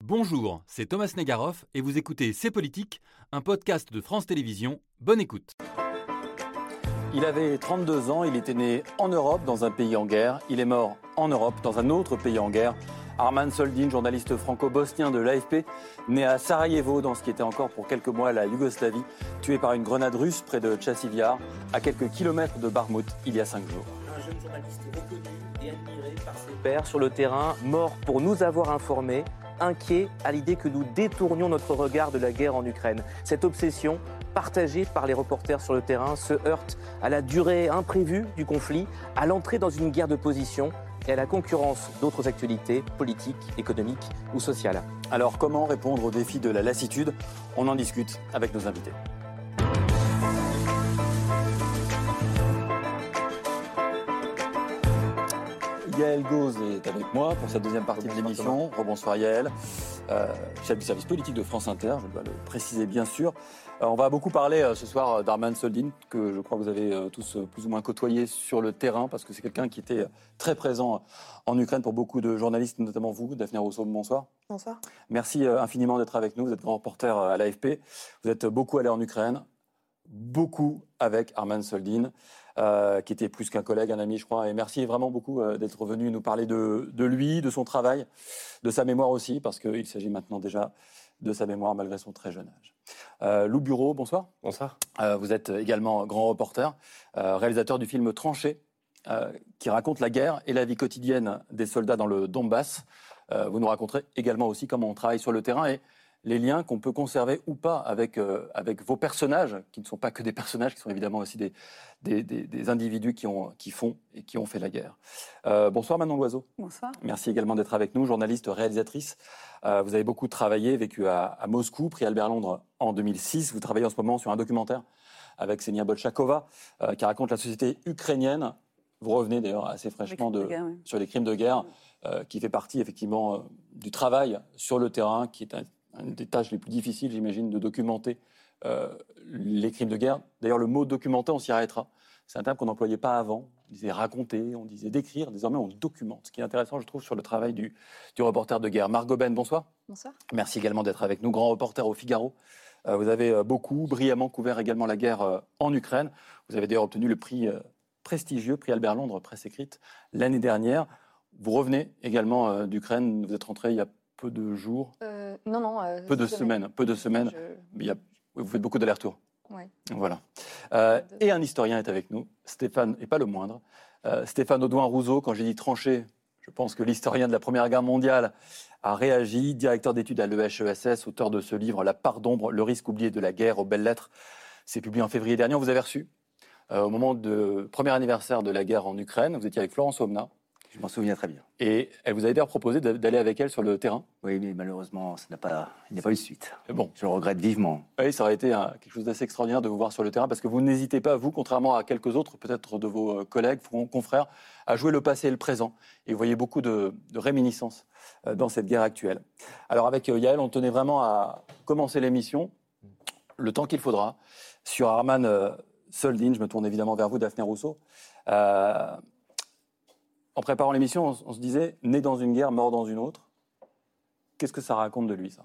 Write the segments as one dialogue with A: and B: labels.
A: Bonjour, c'est Thomas Negaroff et vous écoutez C'est Politique, un podcast de France Télévisions. Bonne écoute.
B: Il avait 32 ans, il était né en Europe, dans un pays en guerre. Il est mort en Europe, dans un autre pays en guerre. Arman Soldin, journaliste franco-bosnien de l'AFP, né à Sarajevo, dans ce qui était encore pour quelques mois la Yougoslavie, tué par une grenade russe près de Tchassiviar, à quelques kilomètres de Barmout, il y a 5 jours.
C: Un jeune journaliste reconnu et admiré par ses pairs sur le terrain, mort pour nous avoir informés, inquiet à l'idée que nous détournions notre regard de la guerre en Ukraine. Cette obsession, partagée par les reporters sur le terrain, se heurte à la durée imprévue du conflit, à l'entrée dans une guerre de position et à la concurrence d'autres actualités politiques, économiques ou sociales.
B: Alors comment répondre au défi de la lassitude ? On en discute avec nos invités. Yael Gauze est avec moi pour cette deuxième partie de l'émission. Rebonsoir Yael, chef du service politique de France Inter, je dois le préciser bien sûr. On va beaucoup parler ce soir d'Arman Soldin, que je crois que vous avez tous plus ou moins côtoyé sur le terrain, parce que c'est quelqu'un qui était très présent en Ukraine pour beaucoup de journalistes, notamment vous, Daphné Rousseau, bonsoir.
D: Bonsoir.
B: Merci infiniment d'être avec nous, vous êtes grand reporter à l'AFP, vous êtes beaucoup allé en Ukraine, beaucoup avec Arman Soldin, qui était plus qu'un collègue, un ami, je crois. Et merci vraiment beaucoup d'être venu nous parler de lui, de son travail, de sa mémoire aussi, parce qu'il s'agit maintenant déjà de sa mémoire malgré son très jeune âge. Lou Bureau, bonsoir.
E: Bonsoir.
B: Vous êtes également grand reporter, réalisateur du film Tranchées, qui raconte la guerre et la vie quotidienne des soldats dans le Donbass. Vous nous raconterez également aussi comment on travaille sur le terrain et les liens qu'on peut conserver ou pas avec vos personnages, qui ne sont pas que des personnages, qui sont évidemment aussi des individus qui font et qui ont fait la guerre. Bonsoir Manon Loiseau.
D: Bonsoir.
B: Merci également d'être avec nous, journaliste, réalisatrice. Vous avez beaucoup travaillé, vécu à Moscou, prix Albert Londres en 2006. Vous travaillez en ce moment sur un documentaire avec Ksenia Bolchakova, qui raconte la société ukrainienne. Vous revenez d'ailleurs assez fraîchement sur les crimes de guerre, qui fait partie effectivement du travail sur le terrain, qui est une des tâches les plus difficiles, j'imagine, de documenter les crimes de guerre. D'ailleurs, le mot documenter, on s'y arrêtera. C'est un terme qu'on n'employait pas avant. On disait raconter, on disait décrire. Désormais, on documente. Ce qui est intéressant, je trouve, sur le travail du reporter de guerre. Marc Goben, bonsoir.
D: Bonsoir. Merci
B: également d'être avec nous, grand reporter au Figaro. Vous avez brillamment couvert également la guerre en Ukraine. Vous avez d'ailleurs obtenu le prix prestigieux, prix Albert Londres, presse écrite, l'année dernière. Vous revenez également d'Ukraine. Vous êtes rentré il y a peu de jours. Peu de semaines. Vous faites beaucoup d'allers-retours.
D: Oui.
B: Voilà. Et un historien est avec nous, Stéphane, et pas le moindre, Stéphane Audouin-Rousseau. Quand j'ai dit tranché, je pense que l'historien de la Première Guerre mondiale a réagi, directeur d'études à l'EHESS, auteur de ce livre « La part d'ombre, le risque oublié de la guerre » aux belles lettres. C'est publié en février dernier. On vous avez reçu au moment du premier anniversaire de la guerre en Ukraine. Vous étiez avec Florence Aubenas.
E: Je m'en souviens très bien.
B: Et elle vous a d'ailleurs proposé d'aller avec elle sur le terrain.
E: Oui, mais malheureusement, il n'y a pas eu de suite.
B: Bon.
E: Je le regrette vivement.
B: Oui, ça aurait été quelque chose d'assez extraordinaire de vous voir sur le terrain, parce que vous n'hésitez pas, vous, contrairement à quelques autres, peut-être de vos collègues, confrères, à jouer le passé et le présent. Et vous voyez beaucoup de réminiscences dans cette guerre actuelle. Alors avec Yael, on tenait vraiment à commencer l'émission, le temps qu'il faudra, sur Arman Soldin. Je me tourne évidemment vers vous, Daphné Rousseau. En préparant l'émission, on se disait « né dans une guerre, mort dans une autre ». Qu'est-ce que ça raconte de lui, ça ?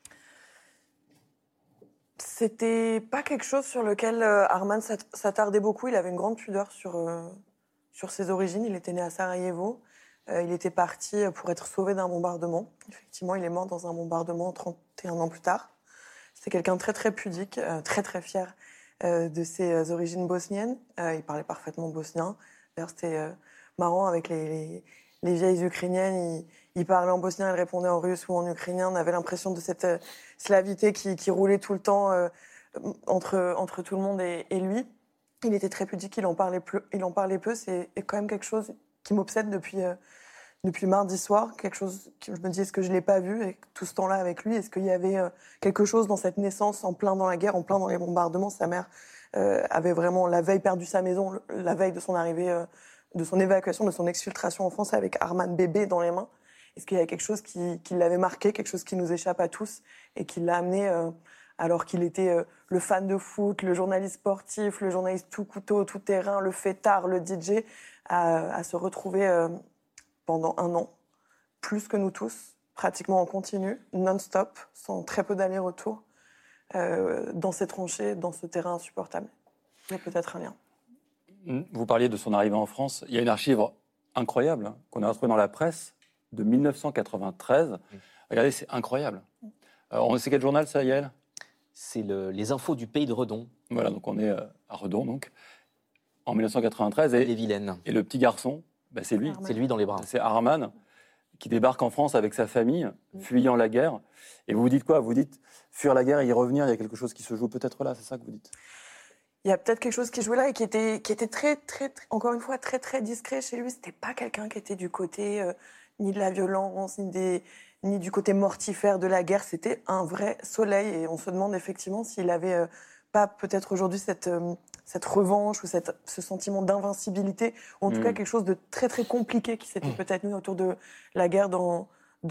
D: C'était pas quelque chose sur lequel Arman s'attardait beaucoup. Il avait une grande pudeur sur ses origines. Il était né à Sarajevo. Il était parti pour être sauvé d'un bombardement. Effectivement, il est mort dans un bombardement 31 ans plus tard. C'était quelqu'un de très, très pudique, très, très fier de ses origines bosniennes. Il parlait parfaitement bosnien. D'ailleurs, c'était marrant avec les vieilles ukrainiennes. Il parlait en bosnien, il répondait en russe ou en ukrainien. On avait l'impression de cette slavité qui roulait tout le temps entre tout le monde et lui. Il était très pudique, il en parlait peu. C'est quand même quelque chose qui m'obsède depuis mardi soir. Quelque chose que je me dis, est-ce que je ne l'ai pas vu et tout ce temps-là avec lui? Est-ce qu'il y avait quelque chose dans cette naissance, en plein dans la guerre, en plein dans les bombardements? Sa mère avait vraiment la veille perdu sa maison, la veille de son arrivée, de son évacuation, de son exfiltration en France avec Arman bébé dans les mains. Est-ce qu'il y avait quelque chose qui l'avait marqué, quelque chose qui nous échappe à tous et qui l'a amené, alors qu'il était le fan de foot, le journaliste sportif, le journaliste tout couteau, tout terrain, le fêtard, le DJ, à se retrouver pendant un an, plus que nous tous, pratiquement en continu, non-stop, sans très peu d'allers-retours, dans ces tranchées, dans ce terrain insupportable. Il y a peut-être un lien.
B: Vous parliez de son arrivée en France. Il y a une archive incroyable qu'on a retrouvée dans la presse de 1993. Regardez, c'est incroyable. C'est quel journal ça, Yael ?
C: C'est les infos du pays de Redon.
B: Voilà, donc on est à Redon, donc, en 1993.
C: Les Vilaines.
B: Et le petit garçon, c'est lui.
C: C'est lui dans les bras.
B: C'est Arman qui débarque en France avec sa famille, fuyant la guerre. Et vous dites quoi ? Vous dites fuir la guerre et y revenir, il y a quelque chose qui se joue peut-être là, c'est ça que vous dites ?
D: Il y a peut-être quelque chose qui jouait là et qui était très, encore une fois, très, très discret chez lui. C'était pas quelqu'un qui était du côté ni de la violence, ni du côté mortifère de la guerre. C'était un vrai soleil. Et on se demande effectivement s'il avait pas peut-être aujourd'hui cette revanche ou ce sentiment d'invincibilité, ou en tout cas quelque chose de très, très compliqué qui s'était peut-être mis autour de la guerre dans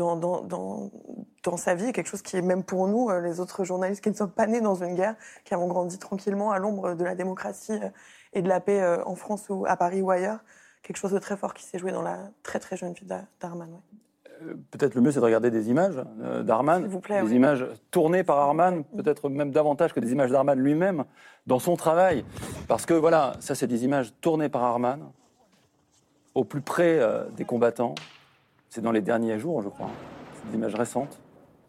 D: sa vie, quelque chose qui est même pour nous, les autres journalistes qui ne sommes pas nés dans une guerre, qui avons grandi tranquillement à l'ombre de la démocratie et de la paix en France ou à Paris ou ailleurs, quelque chose de très fort qui s'est joué dans la très très jeune vie d'Arman. Ouais.
B: Peut-être le mieux, c'est de regarder des images d'Arman,
D: S'il vous plaît,
B: des images tournées par Arman, peut-être même davantage que des images d'Arman lui-même, dans son travail. Parce que voilà, ça c'est des images tournées par Arman, au plus près des combattants. C'est dans les derniers jours, je crois. C'est des images récentes.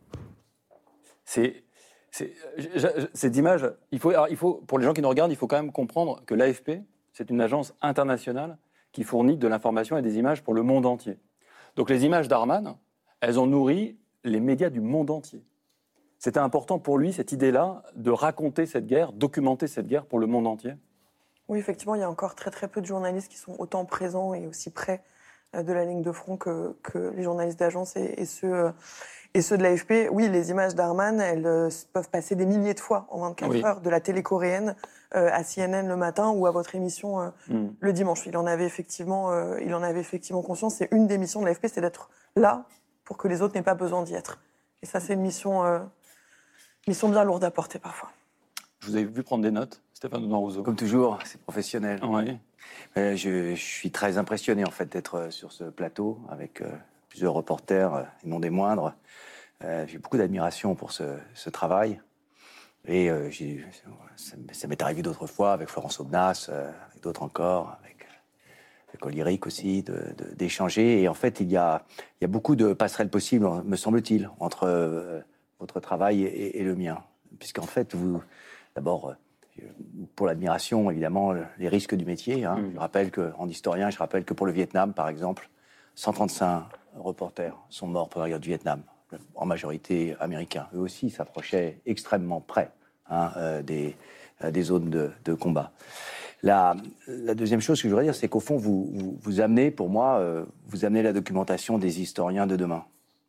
B: Ces images, il faut, pour les gens qui nous regardent, il faut quand même comprendre que l'AFP, c'est une agence internationale qui fournit de l'information et des images pour le monde entier. Donc les images d'Arman, elles ont nourri les médias du monde entier. C'était important pour lui, cette idée-là, de raconter cette guerre, documenter cette guerre pour le monde entier.
D: Oui, effectivement, il y a encore très très peu de journalistes qui sont autant présents et aussi près de la ligne de front que les journalistes d'agence et ceux de l'AFP. Oui, les images d'Arman, elles peuvent passer des milliers de fois en 24 heures, de la télé coréenne à CNN le matin ou à votre émission le dimanche. Il en avait effectivement conscience. C'est une des missions de l'AFP, c'est d'être là pour que les autres n'aient pas besoin d'y être. Et ça, c'est une mission bien lourde à porter parfois.
B: Je vous ai vu prendre des notes, Stéphane Donat-Rousseau.
E: Comme toujours, c'est professionnel.
B: Oui.
E: Je suis très impressionné en fait d'être sur ce plateau avec plusieurs reporters, et non des moindres. J'ai beaucoup d'admiration pour ce travail. Et ça m'est arrivé d'autres fois avec Florence Aubenas, avec d'autres encore, avec Oliric aussi, d'échanger. Et en fait, il y a beaucoup de passerelles possibles, me semble-t-il, entre votre travail et le mien. Puisqu'en fait, d'abord, pour l'admiration, évidemment, les risques du métier. Je rappelle que pour le Vietnam, par exemple, 135 reporters sont morts pendant la guerre du Vietnam, en majorité américains. Eux aussi s'approchaient extrêmement près des zones de combat. La deuxième chose que je voudrais dire, c'est qu'au fond, vous amenez, pour moi, vous amenez la documentation des historiens de demain.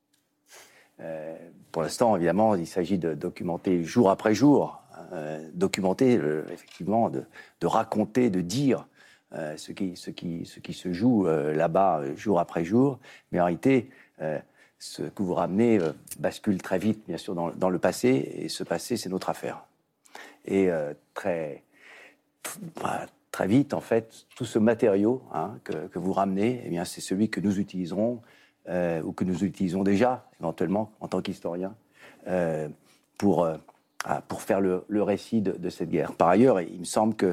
E: Pour l'instant, évidemment, il s'agit de documenter jour après jour, documenter, effectivement, de raconter, de dire ce qui se joue là-bas jour après jour. Mais en réalité, ce que vous ramenez bascule très vite, bien sûr, dans le passé. Et ce passé, c'est notre affaire. Et très vite, en fait, tout ce matériau que vous ramenez, eh bien, c'est celui que nous utiliserons ou que nous utilisons déjà, éventuellement, en tant qu'historiens, pour faire le récit de cette guerre. Par ailleurs, il me semble que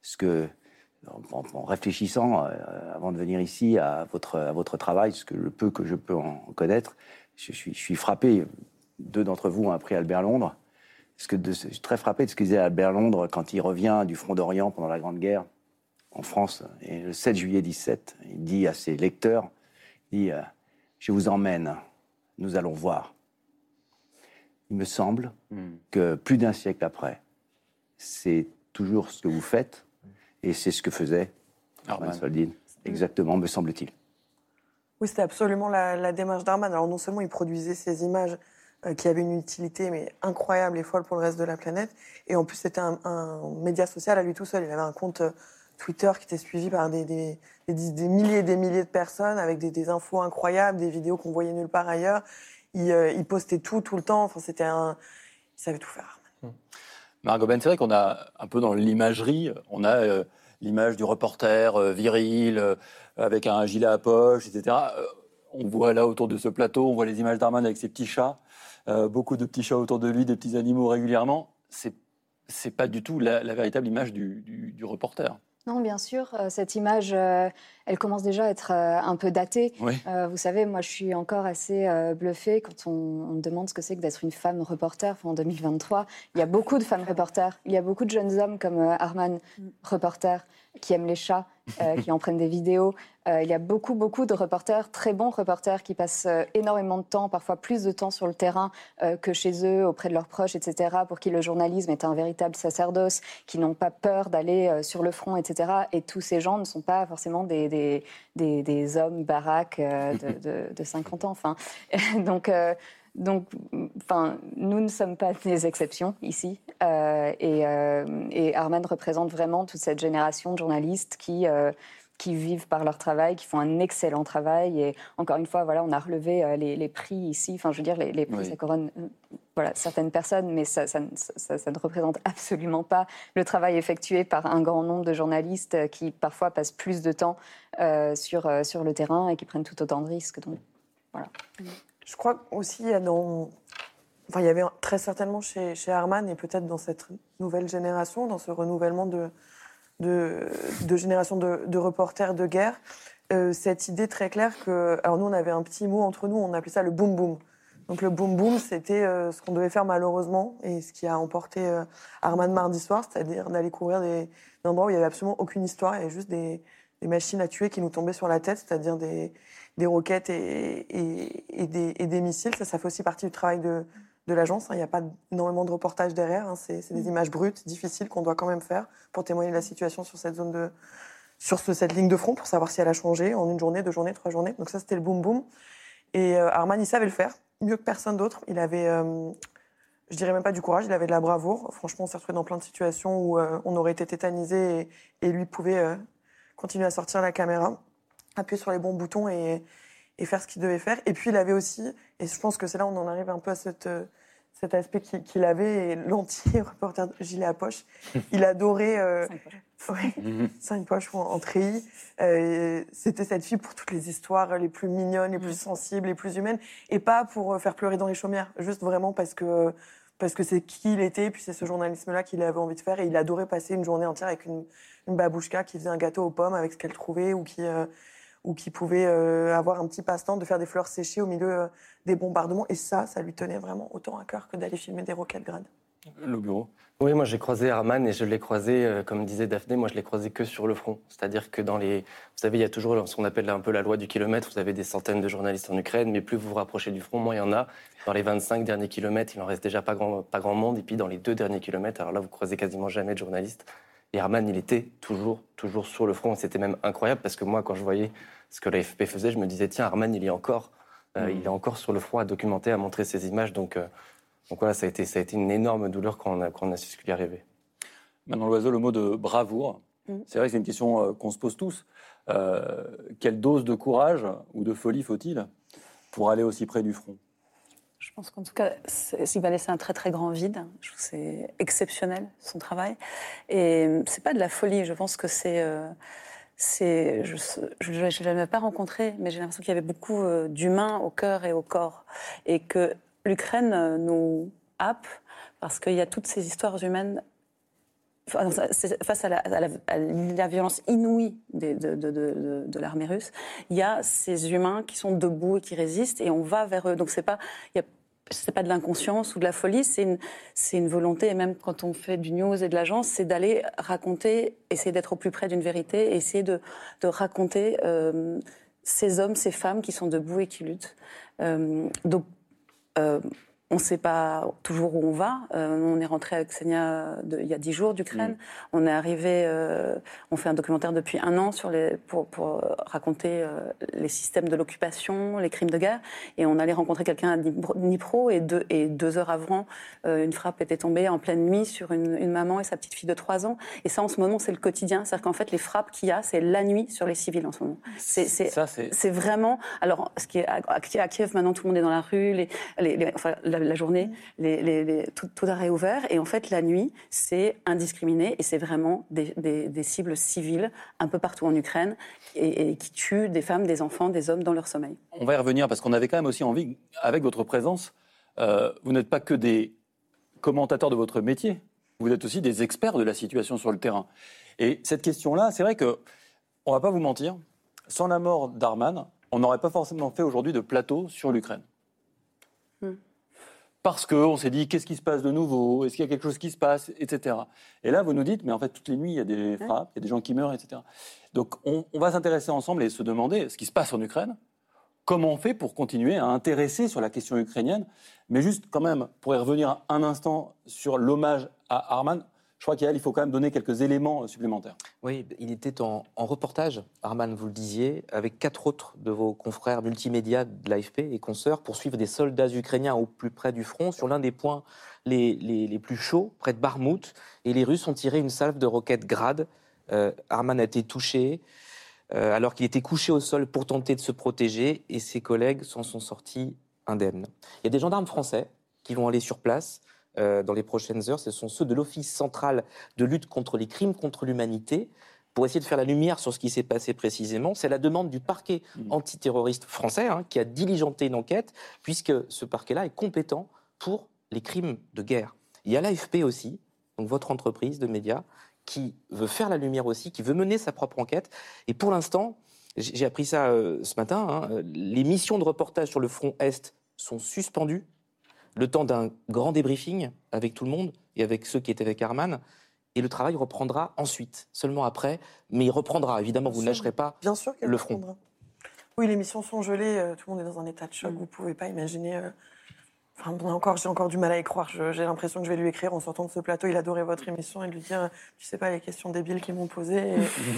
E: en réfléchissant, avant de venir ici, à votre travail, le peu que je peux en connaître, je suis frappé. Deux d'entre vous ont appris Albert Londres. Je suis très frappé de ce que disait Albert Londres quand il revient du front d'Orient pendant la Grande Guerre en France. Et le 7 juillet 17, il dit à ses lecteurs, je vous emmène, nous allons voir. Il me semble que plus d'un siècle après, c'est toujours ce que vous faites et c'est ce que faisait Arman Soldin. Exactement, me semble-t-il.
D: Oui, c'était absolument la démarche d'Arman. Alors non seulement il produisait ces images qui avaient une utilité mais incroyable et folle pour le reste de la planète, et en plus c'était un média social à lui tout seul. Il avait un compte Twitter qui était suivi par des milliers et des milliers de personnes avec des infos incroyables, des vidéos qu'on voyait nulle part ailleurs. Il postait tout le temps. Enfin, il savait tout faire.
B: Margot Ben, c'est vrai qu'on a un peu dans l'imagerie, on a l'image du reporter viril avec un gilet à poche, etc. On voit là autour de ce plateau, on voit les images d'Arman avec ses petits chats, beaucoup de petits chats autour de lui, des petits animaux régulièrement. C'est pas du tout la véritable image du reporter.
F: Non, bien sûr, cette image, elle commence déjà à être un peu datée.
B: Oui.
F: Vous savez, moi, je suis encore assez bluffée quand on me demande ce que c'est que d'être une femme reporter. En 2023, il y a beaucoup de femmes reporters. Il y a beaucoup de jeunes hommes comme Arman, reporter, qui aiment les chats, qui en prennent des vidéos. Il y a beaucoup de reporters, très bons reporters, qui passent énormément de temps, parfois plus de temps sur le terrain que chez eux, auprès de leurs proches, etc., pour qui le journalisme est un véritable sacerdoce, qui n'ont pas peur d'aller sur le front, etc. Et tous ces gens ne sont pas forcément des hommes baraques de 50 ans. Enfin, donc, nous ne sommes pas des exceptions ici. Et Arman représente vraiment toute cette génération de journalistes qui vivent par leur travail, qui font un excellent travail. Et encore une fois, voilà, on a relevé les prix ici. Enfin, je veux dire, les prix, ça couronne certaines personnes, mais ça ne représente absolument pas le travail effectué par un grand nombre de journalistes qui, parfois, passent plus de temps sur le terrain et qui prennent tout autant de risques. Donc, voilà.
D: Je crois aussi, il y avait très certainement chez Arman, et peut-être dans cette nouvelle génération, dans ce renouvellement de génération de reporters de guerre, cette idée très claire que... Alors nous, on avait un petit mot entre nous, on appelait ça le boom-boom. Donc le boom-boom, c'était ce qu'on devait faire malheureusement, et ce qui a emporté Arman mardi soir, c'est-à-dire d'aller couvrir des endroits où il n'y avait absolument aucune histoire, il y avait juste des machines à tuer qui nous tombaient sur la tête, c'est-à-dire des roquettes et des missiles. Ça fait aussi partie du travail de l'agence. Il n'y a pas énormément de reportages derrière. C'est des images brutes, difficiles, qu'on doit quand même faire pour témoigner de la situation sur cette zone cette ligne de front, pour savoir si elle a changé en 1 journée, 2 journées, 3 journées. Donc ça, c'était le boom-boom. Et Arman, il savait le faire, mieux que personne d'autre. Il avait, je dirais même pas du courage, il avait de la bravoure. Franchement, on s'est retrouvé dans plein de situations où on aurait été tétanisé et lui pouvait continuer à sortir la caméra, appuyer sur les bons boutons et faire ce qu'il devait faire. Et puis, il avait aussi, et je pense que c'est là où on en arrive un peu à cet aspect qu'il avait, et l'anti-reporter gilet à poche. Il adorait... 5 poches en treillis. C'était cette fille pour toutes les histoires les plus mignonnes, les plus sensibles, les plus humaines, et pas pour faire pleurer dans les chaumières, juste vraiment parce que c'est qui il était, et puis c'est ce journalisme-là qu'il avait envie de faire, et il adorait passer une journée entière avec une babouchka qui faisait un gâteau aux pommes avec ce qu'elle trouvait, ou qui pouvait avoir un petit passe-temps de faire des fleurs séchées au milieu des bombardements. Et ça lui tenait vraiment autant à cœur que d'aller filmer des roquettes Grad.
B: Le bureau.
G: Oui, moi j'ai croisé Arman et je l'ai croisé, comme disait Daphné, moi je l'ai croisé que sur le front. C'est-à-dire que vous savez, il y a toujours ce qu'on appelle un peu la loi du kilomètre. Vous avez des centaines de journalistes en Ukraine, mais plus vous vous rapprochez du front, moins il y en a. Dans les 25 derniers kilomètres, il n'en reste déjà pas grand monde. Et puis dans les 2 derniers kilomètres, alors là vous croisez quasiment jamais de journalistes. Et Arman, il était toujours sur le front. C'était même incroyable parce que moi, quand je voyais ce que l'AFP faisait, je me disais, tiens, Arman, il est encore sur le front à documenter, à montrer ses images. Donc voilà, ça a été une énorme douleur quand on a su ce qui lui arrivait.
B: Maintenant, Loiseau, le mot de bravoure. C'est vrai que c'est une question qu'on se pose tous. Quelle dose de courage ou de folie faut-il pour aller aussi près du front ?
H: Je pense qu'en tout cas, il va laisser un très très grand vide. Je trouve que c'est exceptionnel, son travail. Et c'est pas de la folie, je pense que je ne l'ai jamais pas rencontré, mais j'ai l'impression qu'il y avait beaucoup d'humain au cœur et au corps. Et que l'Ukraine nous happe parce qu'il y a toutes ces histoires humaines face à la violence inouïe de l'armée russe. Il y a ces humains qui sont debout et qui résistent, et on va vers eux. Donc c'est pas de l'inconscience ou de la folie, c'est une volonté. Et même quand on fait du news et de l'agence, c'est d'aller raconter, essayer d'être au plus près d'une vérité, essayer de raconter ces hommes, ces femmes qui sont debout et qui luttent. On ne sait pas toujours où on va. On est rentré avec Ksenia il y a 10 jours d'Ukraine. On est arrivé, on fait un documentaire depuis 1 an pour raconter les systèmes de l'occupation, les crimes de guerre. Et on allait rencontrer quelqu'un à Dnipro, et 2 heures avant, une frappe était tombée en pleine nuit sur une maman et sa petite fille de 3 ans. Et ça, en ce moment, c'est le quotidien. C'est-à-dire qu'en fait, les frappes qu'il y a, c'est la nuit sur les civils en ce moment. C'est vraiment... Alors, ce qui est à Kiev, maintenant, tout le monde est dans la rue. la journée, tout a réouvert. Et en fait, la nuit, c'est indiscriminé et c'est vraiment des cibles civiles un peu partout en Ukraine et qui tuent des femmes, des enfants, des hommes dans leur sommeil.
B: On va y revenir parce qu'on avait quand même aussi envie, avec votre présence, vous n'êtes pas que des commentateurs de votre métier, vous êtes aussi des experts de la situation sur le terrain. Et cette question-là, c'est vrai que, on ne va pas vous mentir, sans la mort d'Arman, on n'aurait pas forcément fait aujourd'hui de plateau sur l'Ukraine. Parce qu'on s'est dit, qu'est-ce qui se passe de nouveau ? Est-ce qu'il y a quelque chose qui se passe ? Etc. Et là, vous nous dites, mais en fait, toutes les nuits, il y a des frappes, il y a des gens qui meurent, etc. Donc, on va s'intéresser ensemble et se demander ce qui se passe en Ukraine. Comment on fait pour continuer à intéresser sur la question ukrainienne ? Mais juste, quand même, pour y revenir un instant sur l'hommage à Arman, je crois qu'il faut quand même donner quelques éléments supplémentaires.
C: Oui, il était en reportage, Arman, vous le disiez, avec 4 autres de vos confrères multimédia de l'AFP et consoeurs pour suivre des soldats ukrainiens au plus près du front sur l'un des points les plus chauds, près de Barmout. Et les Russes ont tiré une salve de roquettes Grad. Arman a été touché alors qu'il était couché au sol pour tenter de se protéger et ses collègues s'en sont sortis indemnes. Il y a des gendarmes français qui vont aller sur place dans les prochaines heures. Ce sont ceux de l'Office central de lutte contre les crimes contre l'humanité pour essayer de faire la lumière sur ce qui s'est passé précisément. C'est la demande du parquet antiterroriste français qui a diligenté une enquête puisque ce parquet-là est compétent pour les crimes de guerre. Il y a l'AFP aussi, donc votre entreprise de médias, qui veut faire la lumière aussi, qui veut mener sa propre enquête. Et pour l'instant, j'ai appris ça ce matin, les missions de reportage sur le front Est sont suspendues le temps d'un grand débriefing avec tout le monde et avec ceux qui étaient avec Arman. Et le travail reprendra ensuite, seulement après. Mais il reprendra, évidemment, vous ne lâcherez pas
D: Bien sûr qu'elle
C: le
D: reprendra.
C: front.
D: Oui, les missions sont gelées, tout le monde est dans un état de choc, vous ne pouvez pas imaginer... Enfin, j'ai encore du mal à y croire. J'ai l'impression que je vais lui écrire en sortant de ce plateau. Il adorait votre émission et de lui dire, tu sais pas les questions débiles qu'ils m'ont posées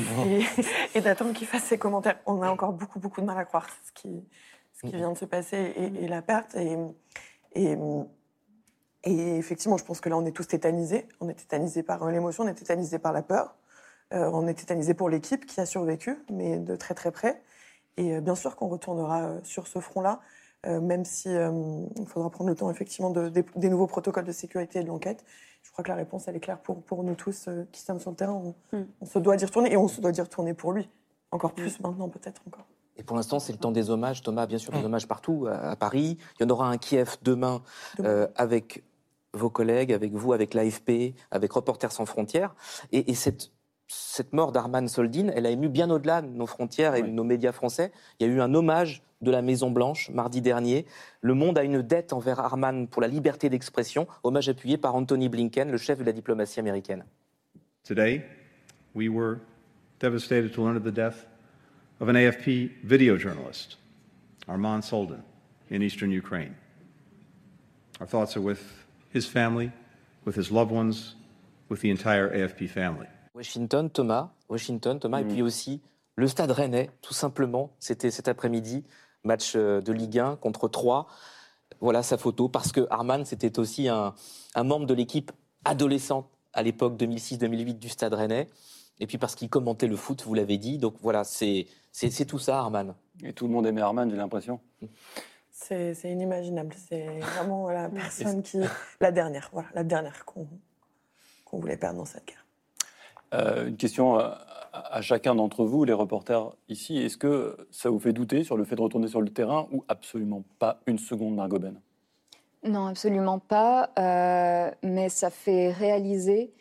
D: et d'attendre qu'il fasse ses commentaires. On a encore beaucoup de mal à croire ce qui vient de se passer et la perte. Et effectivement, je pense que là, on est tous tétanisés. On est tétanisés par l'émotion, on est tétanisés par la peur. On est tétanisés pour l'équipe qui a survécu, mais de très très près. Et bien sûr qu'on retournera sur ce front-là. Même si il faudra prendre le temps effectivement des nouveaux protocoles de sécurité et de l'enquête. Je crois que la réponse elle est claire pour nous tous qui sommes sur le terrain. On se doit d'y retourner et on se doit d'y retourner pour lui. Encore plus maintenant peut-être encore.
C: Et pour l'instant, c'est le temps des hommages, Thomas, bien sûr, des hommages partout, à Paris. Il y en aura un à Kiev demain. Avec vos collègues, avec vous, avec l'AFP, avec Reporters sans frontières. Et cette mort d'Arman Soldin, elle a ému bien au-delà de nos frontières et de nos médias français. Il y a eu un hommage de la Maison-Blanche mardi dernier. Le monde a une dette envers Arman pour la liberté d'expression, hommage appuyé par Anthony Blinken, le chef de la diplomatie américaine.
I: Today, we were devastated to learn of the death of an AFP video journalist, Arman Soldin, in eastern Ukraine. Our thoughts are with his family, with his loved ones, with the entire AFP family.
C: Washington, Thomas, et puis aussi le Stade Rennais, tout simplement, c'était cet après-midi, match de Ligue 1 contre 3. Voilà sa photo, parce que Arman, c'était aussi un membre de l'équipe adolescente à l'époque 2006-2008 du Stade Rennais, et puis parce qu'il commentait le foot, vous l'avez dit, donc voilà, c'est tout ça, Arman.
B: Et tout le monde aimait Arman, j'ai l'impression.
D: C'est inimaginable, c'est vraiment la personne la dernière qu'on voulait perdre dans cette guerre.
B: Une question à chacun d'entre vous, les reporters ici. Est-ce que ça vous fait douter sur le fait de retourner sur le terrain ou absolument pas une seconde, Margot Ben ?
F: Non, absolument pas. Mais ça fait réaliser...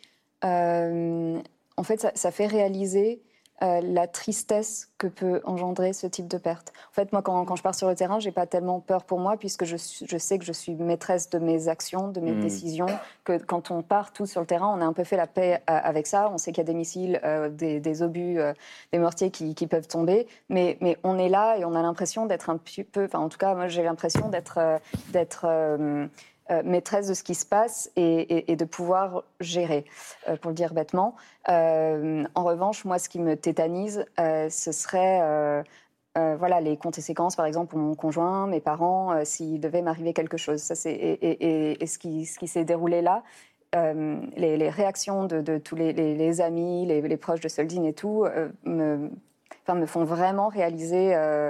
F: en fait, ça fait réaliser la tristesse que peut engendrer ce type de perte. En fait, moi, quand je pars sur le terrain, j'ai pas tellement peur pour moi, puisque je sais que je suis maîtresse de mes actions, de mes décisions, que quand on part tous sur le terrain, on a un peu fait la paix avec ça. On sait qu'il y a des missiles, des obus, des mortiers qui peuvent tomber, mais on est là et on a l'impression d'être un petit peu... Enfin, en tout cas, moi, j'ai l'impression d'être maîtresse de ce qui se passe et de pouvoir gérer, pour le dire bêtement. En revanche, moi, ce qui me tétanise, ce serait voilà, les conséquences, par exemple, pour mon conjoint, mes parents, s'il devait m'arriver quelque chose. Ça, et ce qui s'est déroulé là, les réactions de tous les amis, les proches de Soldin et tout, me font vraiment réaliser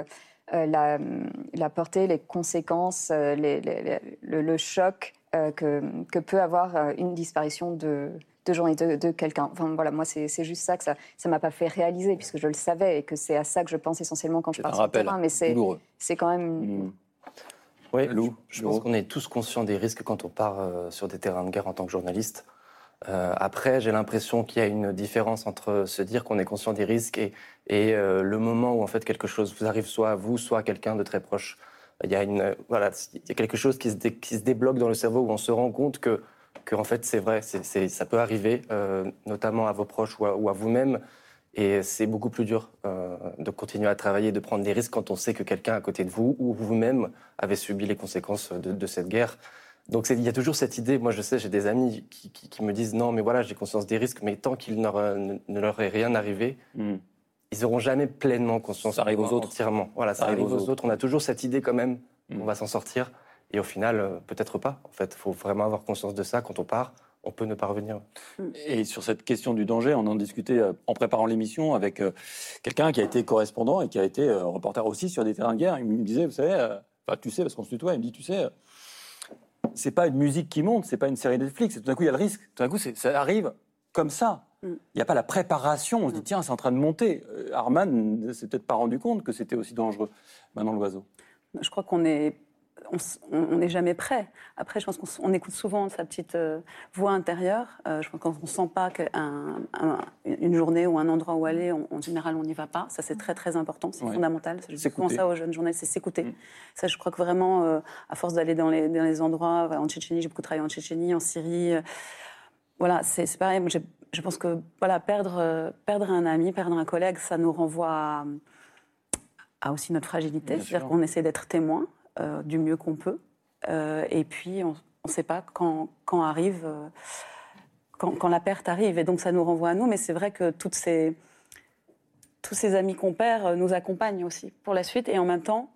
F: la portée, les conséquences, le choc que peut avoir une disparition de journaliste, de quelqu'un. Enfin, voilà, moi, c'est juste ça que ça m'a pas fait réaliser, puisque je le savais et que c'est à ça que je pense essentiellement quand je pars sur le terrain. Mais c'est quand même...
G: Oui, je pense qu'on est tous conscients des risques quand on part sur des terrains de guerre en tant que journaliste. Après, j'ai l'impression qu'il y a une différence entre se dire qu'on est conscient des risques et le moment où en fait quelque chose vous arrive soit à vous, soit à quelqu'un de très proche. Il y a quelque chose qui se débloque dans le cerveau où on se rend compte que en fait c'est vrai, ça peut arriver, notamment à vos proches ou à vous-même. Et c'est beaucoup plus dur de continuer à travailler, de prendre des risques quand on sait que quelqu'un à côté de vous ou vous-même avez subi les conséquences de cette guerre. Donc il y a toujours cette idée, moi je sais, j'ai des amis qui me disent non mais voilà, j'ai conscience des risques, mais tant qu'il ne leur est rien arrivé, ils n'auront jamais pleinement conscience.
B: Ça arrive aux autres.
G: Entièrement. Voilà, ça arrive aux autres. On a toujours cette idée quand même qu'on va s'en sortir. Et au final, peut-être pas. En fait, il faut vraiment avoir conscience de ça. Quand on part, on peut ne pas revenir.
B: Et sur cette question du danger, on en discutait en préparant l'émission avec quelqu'un qui a été correspondant et qui a été reporter aussi sur des terrains de guerre. Il me disait, vous savez, tu sais, parce qu'on se tutoie, il me dit, tu sais, c'est pas une musique qui monte, c'est pas une série Netflix. Et tout d'un coup, il y a le risque. Tout d'un coup, ça arrive comme ça. Il n'y a pas la préparation. On se dit, tiens, c'est en train de monter. Arman ne s'est peut-être pas rendu compte que c'était aussi dangereux. Maintenant, l'oiseau.
H: Je crois qu'on n'est jamais prêt. Après, je pense qu'on écoute souvent sa petite voix intérieure. Je pense qu'on ne sent pas une journée ou un endroit où aller, en général, on n'y va pas. Ça, c'est très, très important. C'est fondamental. Je dis souvent ça aux jeunes journalistes, c'est s'écouter. Ça, je crois que vraiment, à force d'aller dans les endroits, en Tchétchénie, j'ai beaucoup travaillé en Tchétchénie, en Syrie. Voilà, c'est pareil. Moi, je pense que perdre un ami, perdre un collègue, ça nous renvoie à aussi notre fragilité. C'est-à-dire qu'on essaie d'être témoin du mieux qu'on peut. Et puis, on ne sait pas quand arrive, quand la perte arrive. Et donc, ça nous renvoie à nous. Mais c'est vrai que tous ces amis qu'on perd nous accompagnent aussi pour la suite. Et en même temps,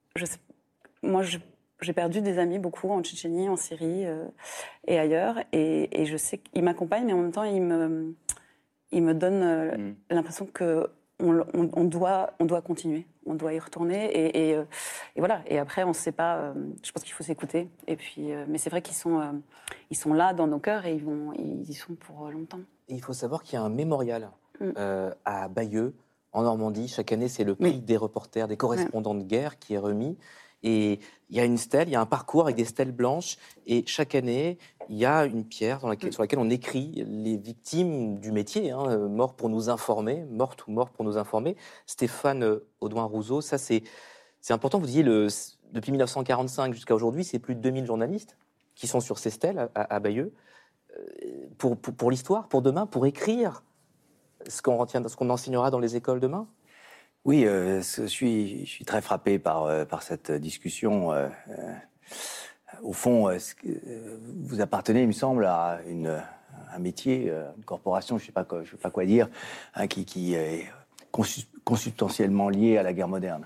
H: j'ai perdu des amis beaucoup en Tchétchénie, en Syrie et ailleurs. Et je sais qu'ils m'accompagnent, mais en même temps, ils me donnent l'impression qu'on doit continuer. On doit y retourner. Et voilà. Et après, on ne sait pas. Je pense qu'il faut s'écouter. Et puis, mais c'est vrai qu'ils sont là dans nos cœurs et ils y sont pour longtemps.
C: Et il faut savoir qu'il y a un mémorial à Bayeux, en Normandie. Chaque année, c'est le prix des reporters, des correspondants de guerre qui est remis. Et il y a une stèle, il y a un parcours avec des stèles blanches. Et chaque année, il y a une pierre sur laquelle on écrit les victimes du métier, mortes pour nous informer, mortes ou morts pour nous informer. Stéphane Audouin-Rousseau, ça c'est important. Vous disiez, depuis 1945 jusqu'à aujourd'hui, c'est plus de 2000 journalistes qui sont sur ces stèles à Bayeux. Pour l'histoire, pour demain, pour écrire ce qu'on enseignera dans les écoles demain.
E: Oui, je suis très frappé par cette discussion. Au fond, vous appartenez, il me semble, à un métier, une corporation, je ne sais pas quoi dire, qui est consubstantiellement lié à la guerre moderne,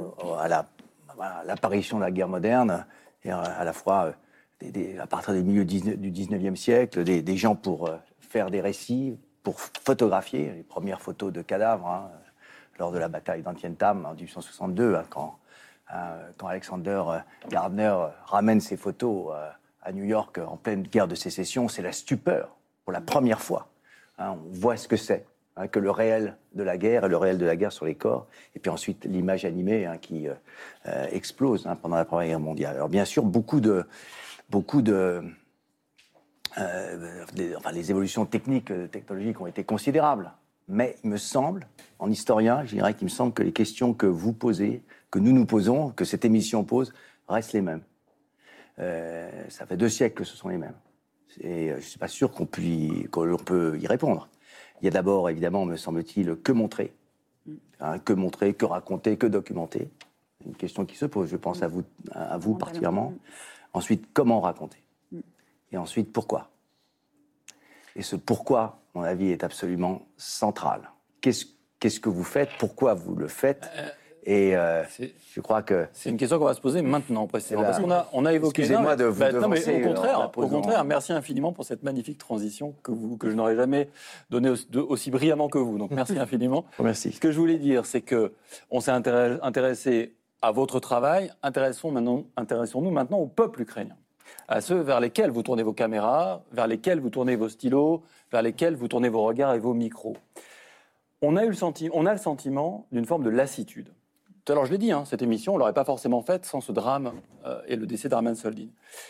E: à l'apparition de la guerre moderne, et à la fois à partir des milieux du 19e siècle, des gens pour faire des récits, pour photographier les premières photos de cadavres, lors de la bataille d'Antietam en 1862, quand Alexander Gardner ramène ses photos à New York en pleine guerre de sécession, c'est la stupeur pour la première fois. On voit ce que c'est que le réel de la guerre et le réel de la guerre sur les corps. Et puis ensuite, l'image animée qui explose pendant la Première Guerre mondiale. Alors bien sûr, les évolutions technologiques ont été considérables. Mais il me semble, en historien, je dirais qu'il me semble que les questions que vous posez, que nous posons, que cette émission pose, restent les mêmes. Ça fait 2 siècles que ce sont les mêmes. Et je ne suis pas sûr qu'on peut y répondre. Il y a d'abord, évidemment, me semble-t-il, que montrer. Que montrer, que raconter, que documenter. Une question qui se pose, je pense à vous particulièrement. Ensuite, comment raconter. Et ensuite, pourquoi. Et ce pourquoi, à mon avis, est absolument central. Qu'est-ce que vous faites? Pourquoi vous le faites? Et je crois que...
B: C'est une question qu'on va se poser maintenant, précisément. Parce qu'on a évoqué...
E: Excusez-moi de vous devancer.
B: Au contraire, merci infiniment pour cette magnifique transition que je n'aurais jamais donnée aussi brillamment que vous. Donc merci infiniment.
E: Merci.
B: Ce que je voulais dire, c'est qu'on s'est intéressé à votre travail, intéressons-nous maintenant au peuple ukrainien, à ceux vers lesquels vous tournez vos caméras, vers lesquels vous tournez vos stylos, vers lesquels vous tournez vos regards et vos micros. On a le sentiment d'une forme de lassitude. Tout à l'heure, je l'ai dit, cette émission, on ne l'aurait pas forcément faite sans ce drame et le décès d'Arman Soldin.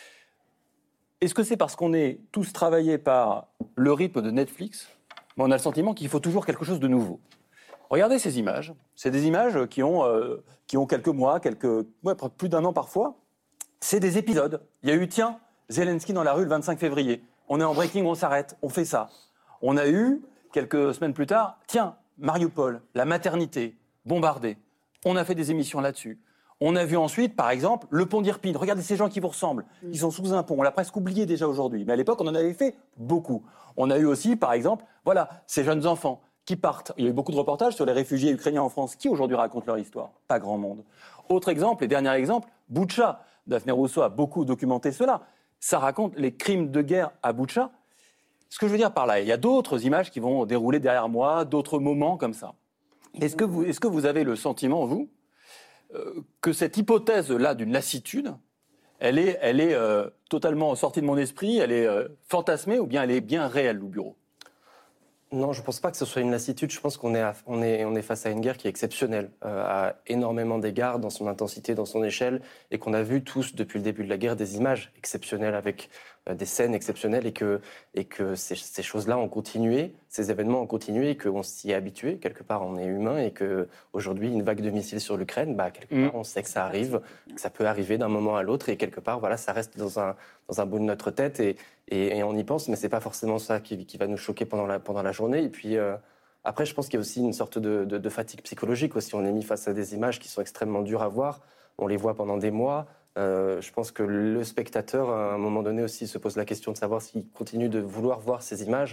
B: Est-ce que c'est parce qu'on est tous travaillés par le rythme de Netflix, mais on a le sentiment qu'il faut toujours quelque chose de nouveau? Regardez ces images. C'est des images qui ont quelques mois, plus d'un an parfois. C'est des épisodes. Il y a eu, Zelensky dans la rue le 25 février. On est en breaking, on s'arrête, on fait ça. On a eu, quelques semaines plus tard, Mariupol, la maternité, bombardée. On a fait des émissions là-dessus. On a vu ensuite, par exemple, le pont d'Irpin. Regardez ces gens qui vous ressemblent. Ils sont sous un pont. On l'a presque oublié déjà aujourd'hui. Mais à l'époque, on en avait fait beaucoup. On a eu aussi, par exemple, ces jeunes enfants qui partent. Il y a eu beaucoup de reportages sur les réfugiés ukrainiens en France. Qui aujourd'hui raconte leur histoire? Pas grand monde. Autre exemple, et dernier exemple, Boutcha. Daphné Rousseau a beaucoup documenté cela. Ça raconte les crimes de guerre à Boutcha. Ce que je veux dire par là, il y a d'autres images qui vont dérouler derrière moi, d'autres moments comme ça. Est-ce que vous avez le sentiment, vous, que cette hypothèse-là d'une lassitude, elle est totalement sortie de mon esprit, elle est fantasmée ou bien elle est bien réelle au bureau?
G: Non, je ne pense pas que ce soit une lassitude. Je pense qu'on est face à une guerre qui est exceptionnelle, à énormément d'égards dans son intensité, dans son échelle, et qu'on a vu tous depuis le début de la guerre des images exceptionnelles avec des scènes exceptionnelles, et que ces choses-là ont continué, ces événements ont continué, et qu'on s'y est habitué. Quelque part, on est humain, et qu'aujourd'hui, une vague de missiles sur l'Ukraine, quelque part, on sait que ça arrive, que ça peut arriver d'un moment à l'autre, et quelque part, ça reste dans un bout de notre tête, et on y pense, mais c'est pas forcément ça qui va nous choquer pendant la journée. Et puis après, je pense qu'il y a aussi une sorte de fatigue psychologique aussi. On est mis face à des images qui sont extrêmement dures à voir. On les voit pendant des mois. Je pense que le spectateur, à un moment donné aussi, se pose la question de savoir s'il continue de vouloir voir ces images.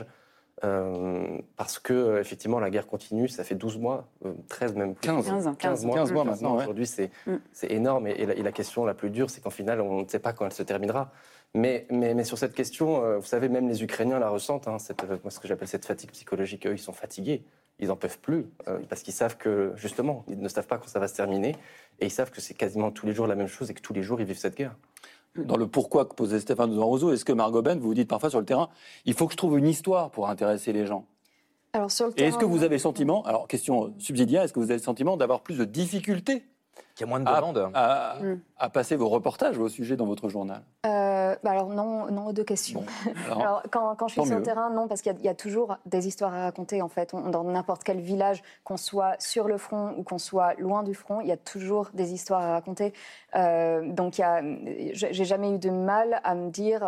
G: Parce que effectivement, la guerre continue. Ça fait 12 mois, 13 même plus.
B: 15 mois maintenant.
G: Aujourd'hui, c'est énorme. Et la question la plus dure, c'est qu'en final, on ne sait pas quand elle se terminera. Mais sur cette question, vous savez, même les Ukrainiens la ressentent, ce que j'appelle cette fatigue psychologique. Eux, ils sont fatigués, ils n'en peuvent plus, parce qu'ils savent que, justement, ils ne savent pas quand ça va se terminer, et ils savent que c'est quasiment tous les jours la même chose, et que tous les jours, ils vivent cette guerre.
B: Dans le pourquoi que posait Stéphane Rousseau, est-ce que Margot Ben, vous vous dites parfois sur le terrain, il faut que je trouve une histoire pour intéresser les gens?
F: Alors, sur le
B: terrain, est-ce que vous avez le sentiment, alors question subsidiaire, est-ce que vous avez le sentiment d'avoir plus de difficultés
C: qu'il y a moins de demandes
B: à passer vos reportages, vos sujets dans votre journal?
F: Alors non aux deux questions. Bon, alors quand je suis sur le terrain, non, parce qu'il y a toujours des histoires à raconter, en fait. Dans n'importe quel village, qu'on soit sur le front ou qu'on soit loin du front, il y a toujours des histoires à raconter. Donc j'ai jamais eu de mal à me dire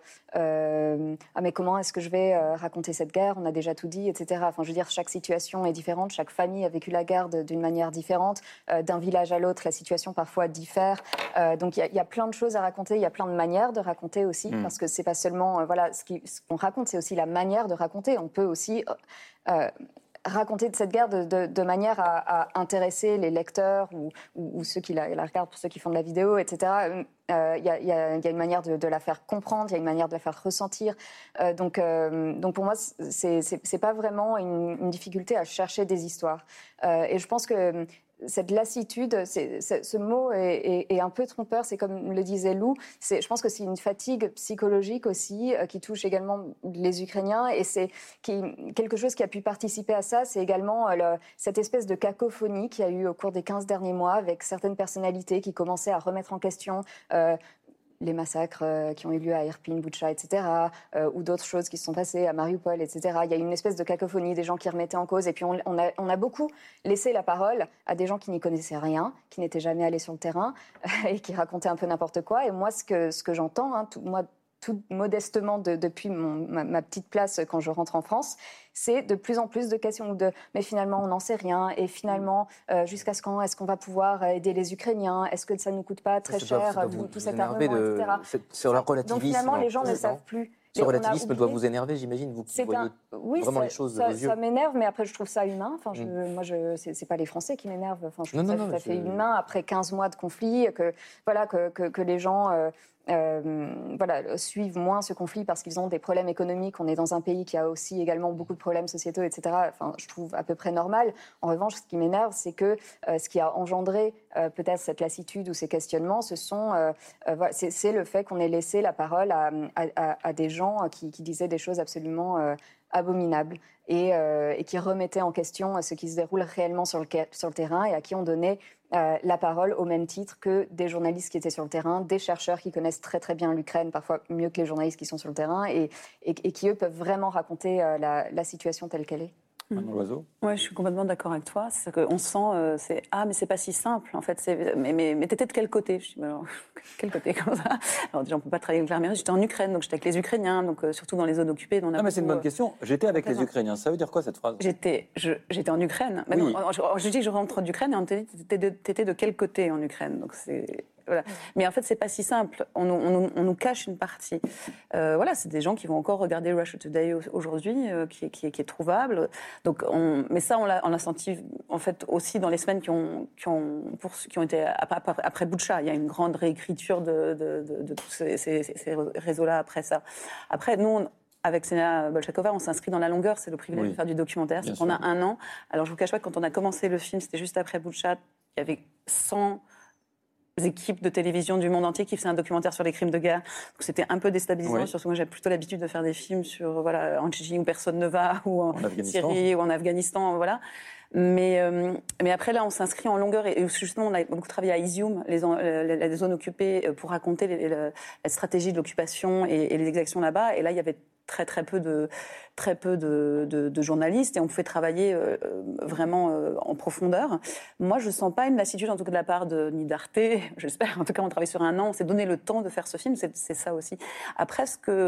F: mais comment est-ce que je vais raconter cette guerre? On a déjà tout dit, etc. Enfin, je veux dire, chaque situation est différente, chaque famille a vécu la guerre d'une manière différente. D'un village à l'autre, la situation parfois diffère. Donc il y a plein de choses à raconter, il y a plein de manières de raconter aussi, parce que c'est pas seulement ce qu'on raconte, c'est aussi la manière de raconter. On peut aussi raconter de cette guerre de manière à intéresser les lecteurs ou ceux qui la regardent, pour ceux qui font de la vidéo, etc. Il y a une manière de la faire comprendre, il y a une manière de la faire ressentir. Donc pour moi, c'est pas vraiment une difficulté à chercher des histoires. Et je pense que cette lassitude, ce mot est un peu trompeur, c'est comme le disait Lou, je pense que c'est une fatigue psychologique aussi qui touche également les Ukrainiens, et c'est quelque chose qui a pu participer à ça, c'est également cette espèce de cacophonie qu'il y a eu au cours des 15 derniers mois avec certaines personnalités qui commençaient à remettre en question les massacres qui ont eu lieu à Irpin, Boutcha, etc., ou d'autres choses qui se sont passées à Mariupol, etc. Il y a une espèce de cacophonie, des gens qui remettaient en cause, et puis on a beaucoup laissé la parole à des gens qui n'y connaissaient rien, qui n'étaient jamais allés sur le terrain, et qui racontaient un peu n'importe quoi. Et moi, ce que j'entends, tout modestement depuis ma petite place quand je rentre en France, c'est de plus en plus de questions mais finalement on n'en sait rien, et finalement jusqu'à quand est-ce qu'on va pouvoir aider les Ukrainiens, est-ce que ça ne nous coûte pas très cher tout cet armement, etc.
C: Sur la relativisme.
F: Donc finalement les gens ne savent plus
C: Ce relativisme doit vous énerver, j'imagine. Vous voyez vraiment les choses de vos yeux.
F: Ça m'énerve, mais après, je trouve ça humain. Enfin, c'est pas les Français qui m'énervent. Enfin, je trouve ça tout à fait humain. Après 15 mois de conflit, que les gens suivent moins ce conflit parce qu'ils ont des problèmes économiques. On est dans un pays qui a aussi également beaucoup de problèmes sociétaux, etc. Enfin, je trouve à peu près normal. En revanche, ce qui m'énerve, c'est que ce qui a engendré peut-être cette lassitude ou ces questionnements, c'est le fait qu'on ait laissé la parole à des gens qui disaient des choses absolument abominables et qui remettaient en question ce qui se déroule réellement sur le terrain et à qui on donnait la parole au même titre que des journalistes qui étaient sur le terrain, des chercheurs qui connaissent très très bien l'Ukraine, parfois mieux que les journalistes qui sont sur le terrain et qui, eux, peuvent vraiment raconter la situation telle qu'elle est.
H: Ouais, je suis complètement d'accord avec toi. C'est qu'on sent, mais c'est pas si simple. En fait, mais t'étais de quel côté? Je dis, alors, quel côté comme ça? Alors déjà, on peut pas travailler avec l'armée. J'étais en Ukraine, donc j'étais avec les Ukrainiens, donc surtout dans les zones occupées.
B: Mais c'est une bonne question. J'étais avec les Ukrainiens. Ça veut dire quoi cette phrase?
H: J'étais en Ukraine. Oui. Non, je dis que je rentre d'Ukraine et on te dit, t'étais de quel côté en Ukraine? Donc c'est. Voilà. Mais en fait, c'est pas si simple. On nous cache une partie. C'est des gens qui vont encore regarder Russia Today aujourd'hui, qui est trouvable. Donc, mais ça, on l'a senti en fait aussi dans les semaines qui ont été après Boutcha. Il y a une grande réécriture de tous ces réseaux-là après ça. Après, nous. Avec Ksenia Bolchakova, on s'inscrit dans la longueur. C'est le privilège de faire du documentaire. C'est qu'on a 1 an. Alors, je vous cache pas que quand on a commencé le film, c'était juste après Boutcha. Il y avait 100 équipes de télévision du monde entier qui faisaient un documentaire sur les crimes de guerre. Donc c'était un peu déstabilisant, surtout moi j'ai plutôt l'habitude de faire des films sur en Tchétchénie où personne ne va, ou en Syrie, ou en Afghanistan, voilà. Mais après là on s'inscrit en longueur et justement on a beaucoup travaillé à Izium, les zones occupées, pour raconter la stratégie de l'occupation et les exactions là-bas. Et là il y avait très peu de journalistes et on pouvait travailler vraiment en profondeur. Moi, je ne ssens pas une lassitude, en tout cas de la part ni d'Arte, j'espère. En tout cas, on travaille sur 1 an, on s'est donné le temps de faire ce film, c'est ça aussi. Après,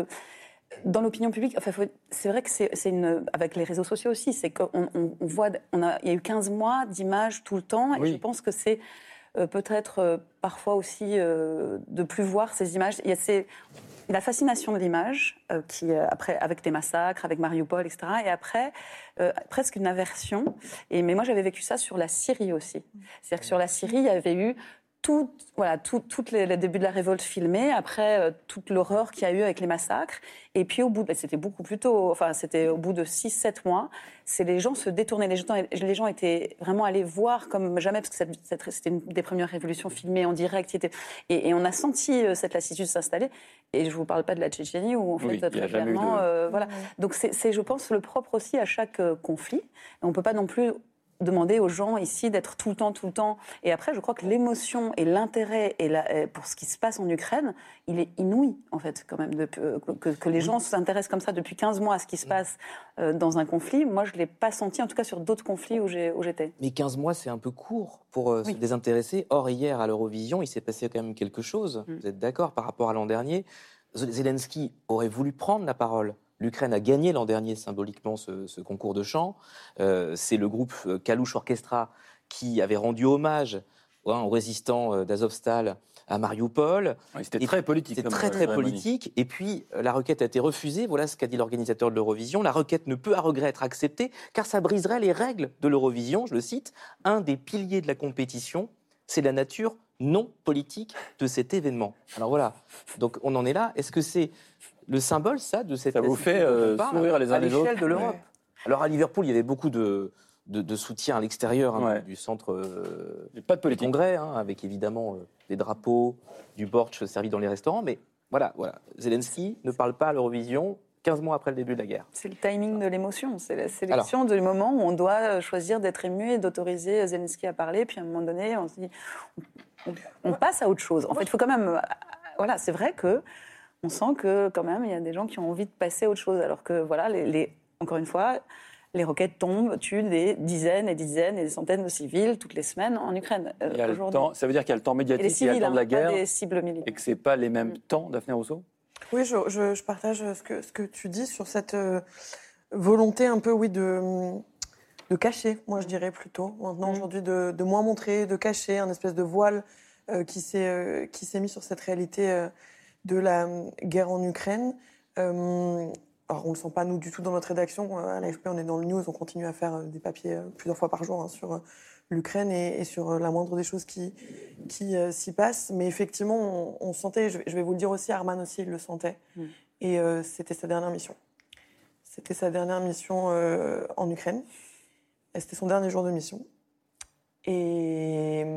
H: dans l'opinion publique, c'est vrai que avec les réseaux sociaux aussi, c'est qu'on voit, il y a eu 15 mois d'images tout le temps, et je pense que c'est peut-être parfois aussi de plus voir ces images. Il y a la fascination de l'image, après, avec des massacres, avec Mariupol, etc. Et après, presque une aversion. Mais moi, j'avais vécu ça sur la Syrie aussi. C'est-à-dire que sur la Syrie, il y avait eu tous les débuts de la révolte filmés, après toute l'horreur qu'il y a eu avec les massacres. Et puis c'était beaucoup plus tôt, c'était au bout de 6-7 mois, les gens se détournaient, les gens étaient vraiment allés voir comme jamais, parce que c'était une des premières révolutions filmées en direct. Et on a senti cette lassitude s'installer. Et je ne vous parle pas de la Tchétchénie, où en fait, très clairement, voilà. Donc c'est, je pense, le propre aussi à chaque conflit. On ne peut pas non plus demander aux gens ici d'être tout le temps. Et après, je crois que l'émotion et l'intérêt pour ce qui se passe en Ukraine, il est inouï, en fait, quand même, que les gens s'intéressent comme ça depuis 15 mois à ce qui se passe dans un conflit. Moi, je ne l'ai pas senti, en tout cas sur d'autres conflits où j'étais.
C: Mais 15 mois, c'est un peu court pour se désintéresser. Or, hier, à l'Eurovision, il s'est passé quand même quelque chose. Vous êtes d'accord par rapport à l'an dernier? Zelensky aurait voulu prendre la parole. L'Ukraine a gagné l'an dernier symboliquement ce concours de chant. C'est le groupe Kalush Orchestra qui avait rendu hommage aux résistants d'Azovstal à Mariupol.
B: C'était très politique.
C: C'était très politique. Et puis, la requête a été refusée. Voilà ce qu'a dit l'organisateur de l'Eurovision. La requête ne peut à regret être acceptée car ça briserait les règles de l'Eurovision. Je le cite, un des piliers de la compétition, c'est la nature non politique de cet événement. Alors voilà, donc on en est là. Est-ce que c'est le symbole, ça, de cette...
B: Ça vous fait sourire les uns les autres
C: à l'échelle de l'Europe. Alors à Liverpool, il y avait beaucoup de soutien à l'extérieur du centre
B: pas de politique.
C: Congrès, avec évidemment des drapeaux, du bortsch servi dans les restaurants. Mais voilà. Zelensky ne parle pas à l'Eurovision 15 mois après le début de la guerre.
H: C'est le timing de l'émotion. C'est la sélection du moment où on doit choisir d'être ému et d'autoriser Zelensky à parler. Puis à un moment donné, on se dit... On passe à autre chose. En fait, il faut quand même... Voilà, c'est vrai que on sent que, quand même, il y a des gens qui ont envie de passer à autre chose. Alors que, voilà, encore une fois, les roquettes tombent, tuent des dizaines et dizaines et des centaines de civils toutes les semaines en Ukraine.
B: Ça veut dire qu'il y a le temps médiatique,
H: civils,
B: il y a le temps de la guerre,
H: des cibles militaires.
B: Et que ce n'est pas les mêmes temps, Daphné Rousseau?
D: Oui, je partage ce que tu dis sur cette volonté un peu, de cacher, moi je dirais plutôt. Maintenant, aujourd'hui, de moins montrer, de cacher, un espèce de voile qui s'est mis sur cette réalité de la guerre en Ukraine. Alors, on ne le sent pas, nous, du tout dans notre rédaction. À l'AFP, on est dans le news, on continue à faire des papiers plusieurs fois par jour sur l'Ukraine et sur la moindre des choses qui s'y passent. Mais effectivement, on sentait, je vais vous le dire aussi, Arman aussi, il le sentait. Et c'était sa dernière mission. C'était sa dernière mission en Ukraine. Et c'était son dernier jour de mission. Et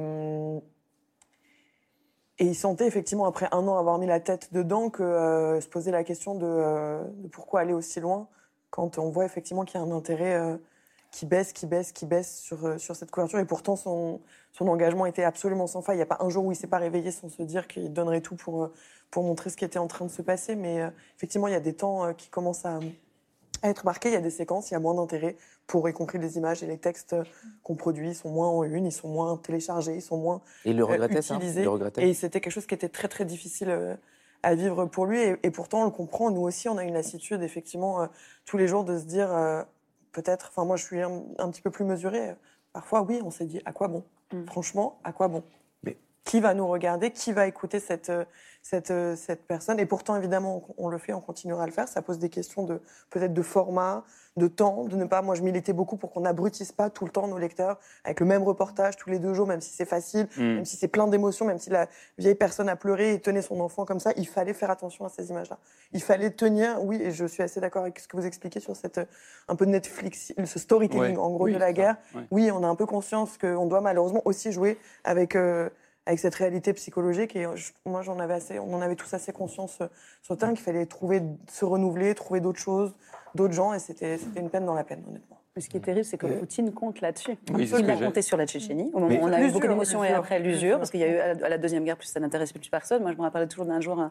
D: il sentait effectivement, après un an avoir mis la tête dedans, que se poser la question de pourquoi aller aussi loin quand on voit effectivement qu'il y a un intérêt qui baisse sur cette couverture. Et pourtant, son engagement était absolument sans faille. Il n'y a pas un jour où il ne s'est pas réveillé sans se dire qu'il donnerait tout pour montrer ce qui était en train de se passer. Mais effectivement, il y a des temps qui commencent à être marqués. Il y a des séquences, il y a moins d'intérêt pour, y compris les images et les textes qu'on produit. Ils sont moins en une, ils sont moins téléchargés, ils sont moins
C: Et il le regrettait,
D: utilisés.
C: ça. Il le regrettait.
D: Et c'était quelque chose qui était très, très difficile à vivre pour lui. Et pourtant, on le comprend. Nous aussi, on a une lassitude, effectivement, tous les jours de se dire, peut-être... Enfin, moi, je suis un petit peu plus mesurée. Parfois, oui, on s'est dit, à quoi bon ? Franchement, à quoi bon ? Qui va nous regarder ? Qui va écouter cette personne ? Et pourtant, évidemment, on le fait, on continuera à le faire. Ça pose des questions peut-être de format, de temps, de ne pas... Moi, je militais beaucoup pour qu'on n'abrutisse pas tout le temps nos lecteurs avec le même reportage tous les 2 jours, même si c'est facile, même si c'est plein d'émotions, même si la vieille personne a pleuré et tenait son enfant comme ça. Il fallait faire attention à ces images-là. Il fallait tenir... Oui, et je suis assez d'accord avec ce que vous expliquez sur un peu de Netflix, ce storytelling, en gros, de la guerre. Oui, on a un peu conscience qu'on doit malheureusement aussi jouer avec cette réalité psychologique. Et moi, on en avait tous assez conscience sur le terrain qu'il fallait se renouveler, trouver d'autres choses, d'autres gens, et c'était une peine dans la peine, honnêtement.
H: Mais ce qui est terrible, c'est que Poutine compte là-dessus.
B: Oui,
H: il a compté sur la Tchéthénie. Au moment où on a eu beaucoup d'émotions, et après l'usure, parce qu'il y a eu à la Deuxième Guerre, plus ça n'intéressait plus personne. Moi, je me rappelle toujours d'un jour,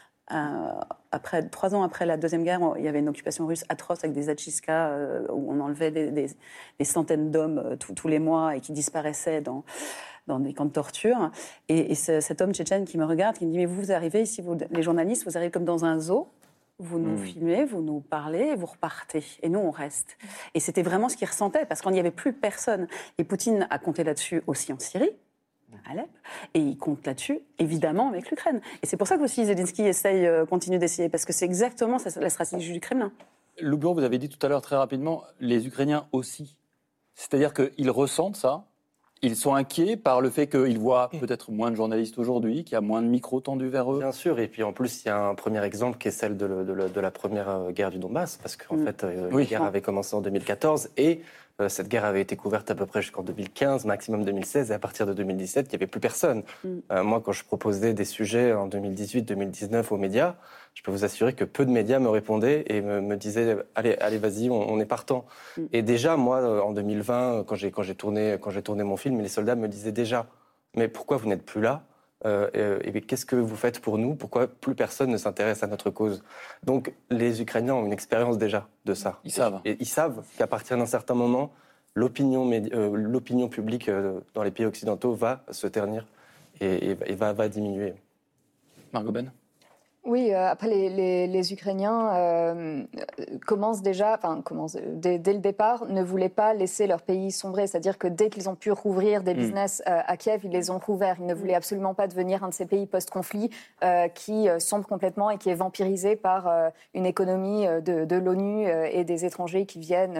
H: 3 ans après la Deuxième Guerre, il y avait une occupation russe atroce avec des Zatchiska, où on enlevait des centaines d'hommes tous les mois et qui disparaissaient dans des camps de torture. Et cet homme tchétchène qui me regarde, qui me dit « Mais vous arrivez ici, les journalistes, vous arrivez comme dans un zoo, vous nous filmez, vous nous parlez, et vous repartez. Et nous, on reste. » Et c'était vraiment ce qu'il ressentait, parce qu'il n'y avait plus personne. Et Poutine a compté là-dessus aussi en Syrie, à Alep, et il compte là-dessus, évidemment, avec l'Ukraine. Et c'est pour ça qu'aussi Zelensky continue d'essayer, parce que c'est exactement la stratégie du Kremlin.
B: Loup Bureau, vous avez dit tout à l'heure très rapidement, les Ukrainiens aussi. C'est-à-dire qu'ils ressentent ça. Ils sont inquiets par le fait qu'ils voient peut-être moins de journalistes aujourd'hui, qu'il y a moins de micros tendus vers eux.
G: Bien sûr, et puis en plus, il y a un premier exemple qui est celle de la première guerre du Donbass, parce qu'en fait, la guerre avait commencé en 2014, et cette guerre avait été couverte à peu près jusqu'en 2015, maximum 2016, et à partir de 2017, il n'y avait plus personne. Moi, quand je proposais des sujets en 2018-2019 aux médias, je peux vous assurer que peu de médias me répondaient et me disaient « Allez, vas-y, on est partant ». Et déjà, moi, en 2020, quand j'ai tourné mon film, les soldats me disaient déjà « Mais pourquoi vous n'êtes plus là ? Et qu'est-ce que vous faites pour nous ? Pourquoi plus personne ne s'intéresse à notre cause ?» Donc, les Ukrainiens ont une expérience déjà de ça. Ils savent. Et ils savent qu'à partir d'un certain moment, l'opinion publique dans les pays occidentaux va se ternir et va diminuer.
B: Margot Ben ?
F: Oui, après les Ukrainiens commencent déjà, dès le départ, ne voulaient pas laisser leur pays sombrer. C'est-à-dire que dès qu'ils ont pu rouvrir des business à Kiev, ils les ont rouverts. Ils ne voulaient absolument pas devenir un de ces pays post-conflit qui sombre complètement et qui est vampirisé par une économie de l'ONU et des étrangers qui viennent,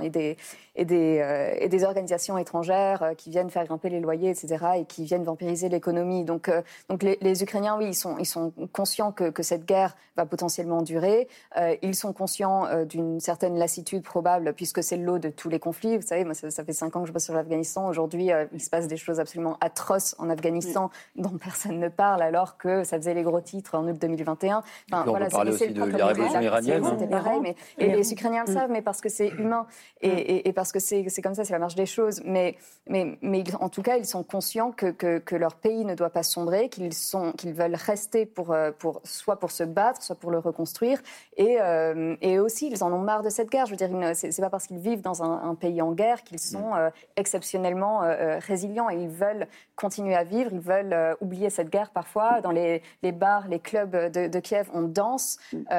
F: et des organisations étrangères qui viennent faire grimper les loyers, etc., et qui viennent vampiriser l'économie. Donc les Ukrainiens, oui, ils sont conscients que cette guerre va potentiellement durer. Ils sont conscients d'une certaine lassitude probable, puisque c'est le lot de tous les conflits. Vous savez, moi, ça fait 5 ans que je bosse sur l'Afghanistan. Aujourd'hui, il se passe des choses absolument atroces en Afghanistan dont personne ne parle, alors que ça faisait les gros titres en août 2021.
B: On peut parler aussi de la révolution iranienne.
F: C'était pareil, et les Ukrainiens le savent, mais parce que c'est humain et parce que c'est comme ça, c'est la marche des choses. Mais en tout cas, ils sont conscients que leur pays ne doit pas sombrer, qu'ils veulent rester soit pour se battre, soit pour le reconstruire. Et eux aussi, ils en ont marre de cette guerre. Je veux dire, c'est pas parce qu'ils vivent dans un pays en guerre qu'ils sont exceptionnellement résilients. Et ils veulent continuer à vivre, ils veulent oublier cette guerre parfois. Dans les bars, les clubs de Kiev, on danse,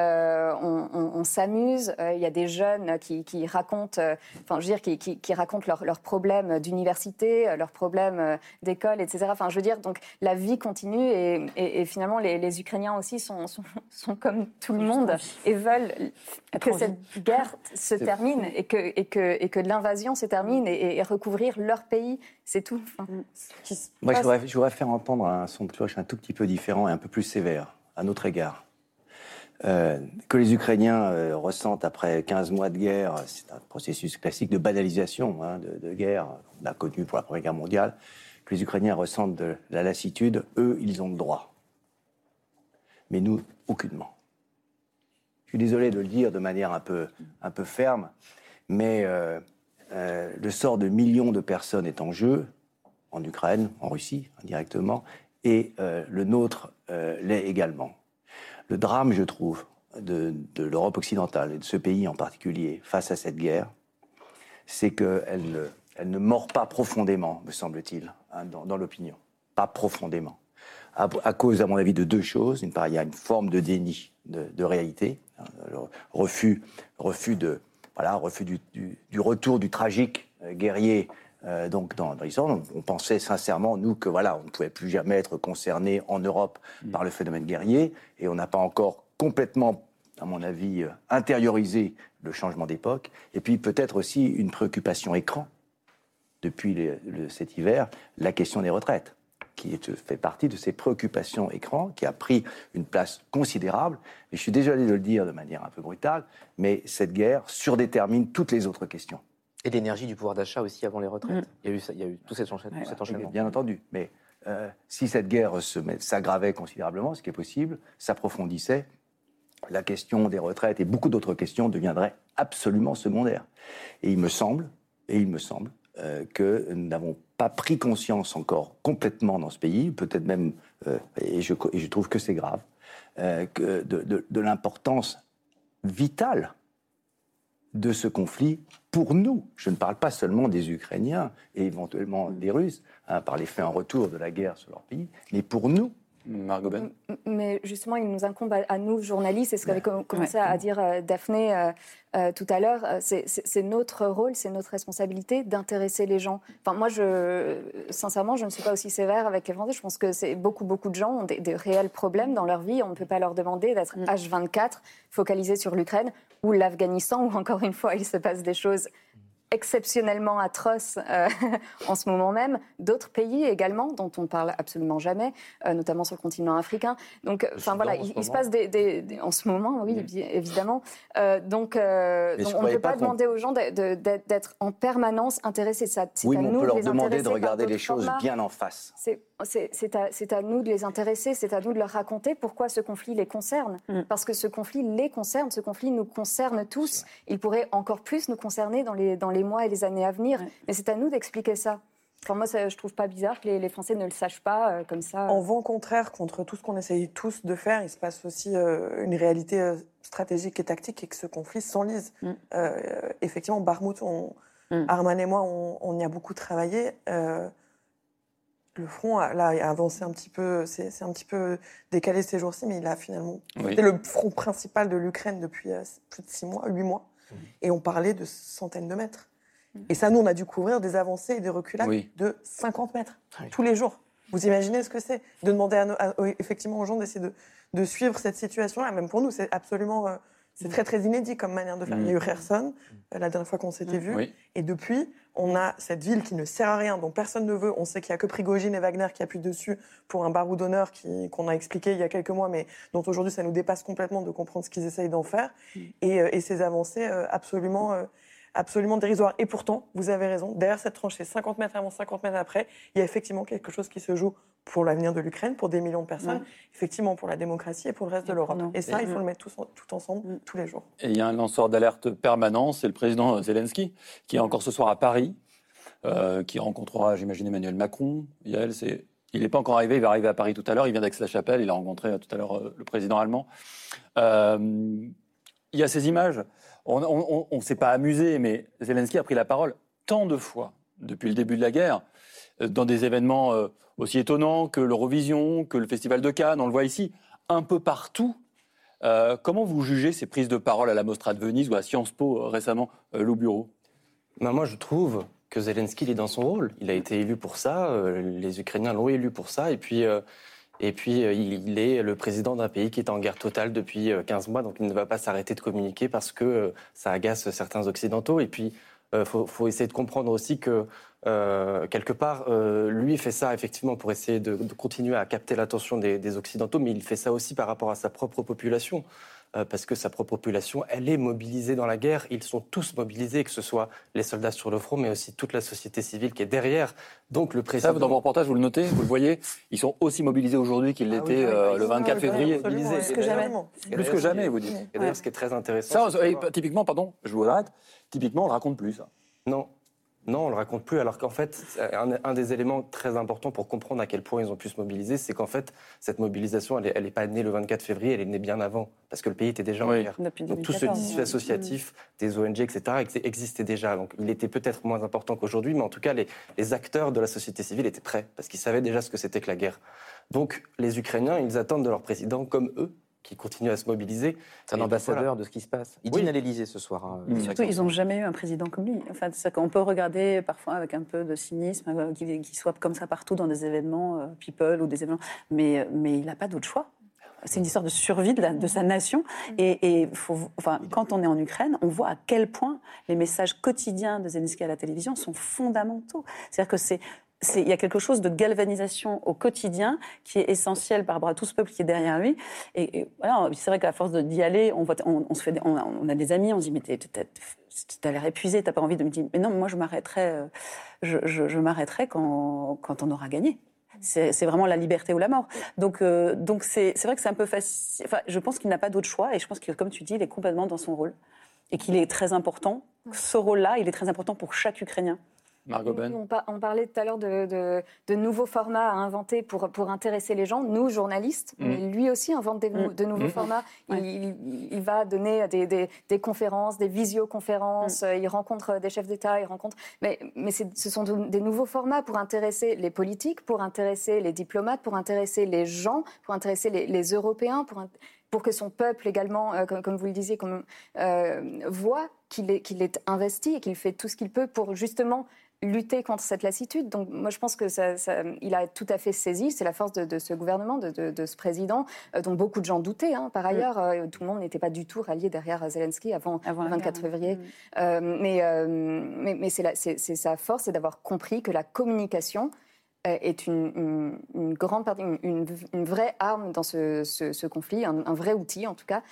F: on s'amuse. Il y a des jeunes qui racontent, qui racontent leurs problèmes d'université, leurs problèmes d'école, etc. Enfin, je veux dire, donc la vie continue et finalement, les Ukrainiens aussi sont sont comme tout le monde et veulent que cette guerre se termine et que l'invasion se termine et recouvrir leur pays, c'est tout. Enfin,
E: Moi, je voudrais faire entendre un son de cloche un tout petit peu différent et un peu plus sévère à notre égard. Que les Ukrainiens ressentent après 15 mois de guerre, c'est un processus classique de banalisation de guerre, on a connu pour la Première Guerre mondiale, que les Ukrainiens ressentent de la lassitude, eux, ils ont le droit. Mais nous, aucunement. Je suis désolé de le dire de manière un peu ferme, mais le sort de millions de personnes est en jeu, en Ukraine, en Russie, indirectement, et le nôtre l'est également. Le drame, je trouve, de l'Europe occidentale et de ce pays en particulier face à cette guerre, c'est qu'elle ne mord pas profondément, me semble-t-il, dans l'opinion. Pas profondément. À cause, à mon avis, de deux choses. D'une part, il y a une forme de déni de réalité, le refus du retour du tragique guerrier donc dans l'histoire. On pensait sincèrement, nous, que voilà, on ne pouvait plus jamais être concerné en Europe par le phénomène guerrier, et on n'a pas encore complètement, à mon avis, intériorisé le changement d'époque. Et puis peut-être aussi une préoccupation écran, depuis cet hiver, la question des retraites, qui fait partie de ces préoccupations écran, qui a pris une place considérable. Et je suis désolé de le dire de manière un peu brutale, mais cette guerre surdétermine toutes les autres questions.
C: Et l'énergie du pouvoir d'achat aussi avant les retraites. Il y a eu tout cet enchaînement.
E: Bien entendu, mais si cette guerre s'aggravait considérablement, ce qui est possible, s'approfondissait, la question des retraites et beaucoup d'autres questions deviendraient absolument secondaires. Et il me semble que nous n'avons pas pris conscience encore complètement dans ce pays, peut-être même, et je trouve que c'est grave, de l'importance vitale de ce conflit pour nous. Je ne parle pas seulement des Ukrainiens et éventuellement des Russes, par les faits en retour de la guerre sur leur pays, mais pour nous.
B: Margot Ben.
F: Mais justement, il nous incombe à nous, journalistes, c'est ce qu'avait commencé à dire Daphné tout à l'heure, c'est notre rôle, c'est notre responsabilité d'intéresser les gens. Enfin, moi, sincèrement, je ne suis pas aussi sévère avec les Français. Je pense que beaucoup de gens ont des réels problèmes dans leur vie. On ne peut pas leur demander d'être H24 focalisés sur l'Ukraine ou l'Afghanistan, où encore une fois, il se passe des choses exceptionnellement atroces en ce moment même, d'autres pays également dont on ne parle absolument jamais, notamment sur le continent africain. Donc, enfin voilà, il se passe en ce moment, oui, évidemment. Donc on ne peut pas demander aux gens d'être en permanence intéressés. C'est
E: oui,
F: à
E: mais
F: nous
E: on peut leur
F: de les
E: demander de
F: intéresser
E: regarder les choses bien en face.
F: C'est à nous de les intéresser, c'est à nous de leur raconter pourquoi ce conflit les concerne. Parce que ce conflit les concerne, ce conflit nous concerne tous. Il pourrait encore plus nous concerner dans les mois et les années à venir. Mais c'est à nous d'expliquer ça. Enfin, moi, je trouve pas bizarre que les Français ne le sachent pas comme ça.
D: En vent contraire contre tout ce qu'on essaye tous de faire, il se passe aussi une réalité stratégique et tactique et que ce conflit s'enlise. Effectivement, Bakhmout, Arman et moi, on y a beaucoup travaillé. Le front a avancé un petit peu, c'est un petit peu décalé ces jours-ci, mais il a finalement été le front principal de l'Ukraine depuis plus de 8 mois. Et on parlait de centaines de mètres. Et ça, nous, on a dû couvrir des avancées et des reculades de 50 mètres tous les jours. Vous imaginez ce que c'est de demander effectivement aux gens d'essayer de suivre cette situation-là. Même pour nous, c'est absolument... c'est très, très inédit comme manière de faire. Il y a eu Kherson, la dernière fois qu'on s'était vus. Et depuis, on a cette ville qui ne sert à rien, dont personne ne veut. On sait qu'il n'y a que Prigojine et Wagner qui appuient dessus pour un baroud d'honneur qu'on a expliqué il y a quelques mois, mais dont aujourd'hui, ça nous dépasse complètement de comprendre ce qu'ils essayent d'en faire. Et ces avancées absolument dérisoires. Et pourtant, vous avez raison, derrière cette tranchée, 50 mètres avant, 50 mètres après, il y a effectivement quelque chose qui se joue pour l'avenir de l'Ukraine, pour des millions de personnes, effectivement pour la démocratie et pour le reste de l'Europe. Et ça, il faut le mettre tout ensemble, tous les jours.
B: Et il y a un lanceur d'alerte permanent, c'est le président Zelensky, qui est encore ce soir à Paris, qui rencontrera, j'imagine, Emmanuel Macron. Il n'est pas encore arrivé, il va arriver à Paris tout à l'heure, il vient d'Aix-la-Chapelle, il a rencontré tout à l'heure le président allemand. Il y a ces images, on ne s'est pas amusé, mais Zelensky a pris la parole tant de fois depuis le début de la guerre, dans des événements aussi étonnants que l'Eurovision, que le Festival de Cannes, on le voit ici, un peu partout. Comment vous jugez ces prises de parole à la Mostra de Venise ou à Sciences Po récemment, Lou Bureau ?
G: Moi, je trouve que Zelensky, il est dans son rôle. Il a été élu pour ça, les Ukrainiens l'ont élu pour ça, et puis Et puis, il est le président d'un pays qui est en guerre totale depuis 15 mois, donc il ne va pas s'arrêter de communiquer parce que ça agace certains Occidentaux. Et puis, faut essayer de comprendre aussi que, quelque part, lui fait ça effectivement pour essayer de continuer à capter l'attention des Occidentaux, mais il fait ça aussi par rapport à sa propre population. Parce que sa propre population, elle est mobilisée dans la guerre. Ils sont tous mobilisés, que ce soit les soldats sur le front, mais aussi toute la société civile qui est derrière. Donc le président...
B: Ça, dans vos reportages, vous le notez, vous le voyez, ils sont aussi mobilisés aujourd'hui qu'ils l'étaient le 24 février.
H: Plus que jamais.
B: Plus que jamais, vous dites.
G: Et d'ailleurs, ce qui est très intéressant...
B: Ça, typiquement, pardon, je vous arrête, typiquement, on ne le raconte plus, ça.
G: Non, on ne le raconte plus, alors qu'en fait, un des éléments très importants pour comprendre à quel point ils ont pu se mobiliser, c'est qu'en fait, cette mobilisation, elle n'est pas née le 24 février, elle est née bien avant, parce que le pays était déjà en guerre. Donc tout ce tissu associatif, des ONG, etc., existait déjà. Donc il était peut-être moins important qu'aujourd'hui, mais en tout cas, les acteurs de la société civile étaient prêts, parce qu'ils savaient déjà ce que c'était que la guerre. Donc les Ukrainiens, ils attendent de leur président, comme eux, qui continue à se mobiliser.
C: C'est un ambassadeur de ce qui se passe. Il dîne à l'Élysée ce soir.
H: Surtout, ils n'ont jamais eu un président comme lui. Enfin, c'est qu'on peut regarder parfois avec un peu de cynisme, qui soit comme ça partout dans des événements people ou des événements, mais il n'a pas d'autre choix. C'est une histoire de survie de sa nation. Et quand on est en Ukraine, on voit à quel point les messages quotidiens de Zelensky à la télévision sont fondamentaux. C'est-à-dire que il y a quelque chose de galvanisation au quotidien qui est essentiel par rapport à tout ce peuple qui est derrière lui. Et voilà, c'est vrai qu'à force d'y aller, on a des amis, on se dit, mais t'as l'air épuisé, t'as pas envie de me dire, mais non, moi je m'arrêterai, je m'arrêterai quand on aura gagné. C'est vraiment la liberté ou la mort. Donc c'est vrai que c'est un peu facile. Enfin, je pense qu'il n'a pas d'autre choix et je pense que, comme tu dis, il est complètement dans son rôle et qu'il est très important. Ce rôle-là, il est très important pour chaque Ukrainien.
B: Margot Ben.
F: On parlait tout à l'heure de nouveaux formats à inventer pour intéresser les gens, nous, journalistes. Mais lui aussi invente de nouveaux formats. Il va donner des conférences, des visioconférences, il rencontre des chefs d'État, Mais ce sont des nouveaux formats pour intéresser les politiques, pour intéresser les diplomates, pour intéresser les gens, pour intéresser les Européens, pour que son peuple également, comme vous le disiez, voit qu'il est investi et qu'il fait tout ce qu'il peut pour justement lutter contre cette lassitude. Donc moi je pense que il a tout à fait saisi, c'est la force de ce gouvernement, de ce président, dont beaucoup de gens doutaient. Par ailleurs, tout le monde n'était pas du tout rallié derrière Zelensky avant le 24 février. Mais c'est sa force, c'est d'avoir compris que la communication est une grande partie, une vraie arme dans ce conflit, un vrai outil en tout cas,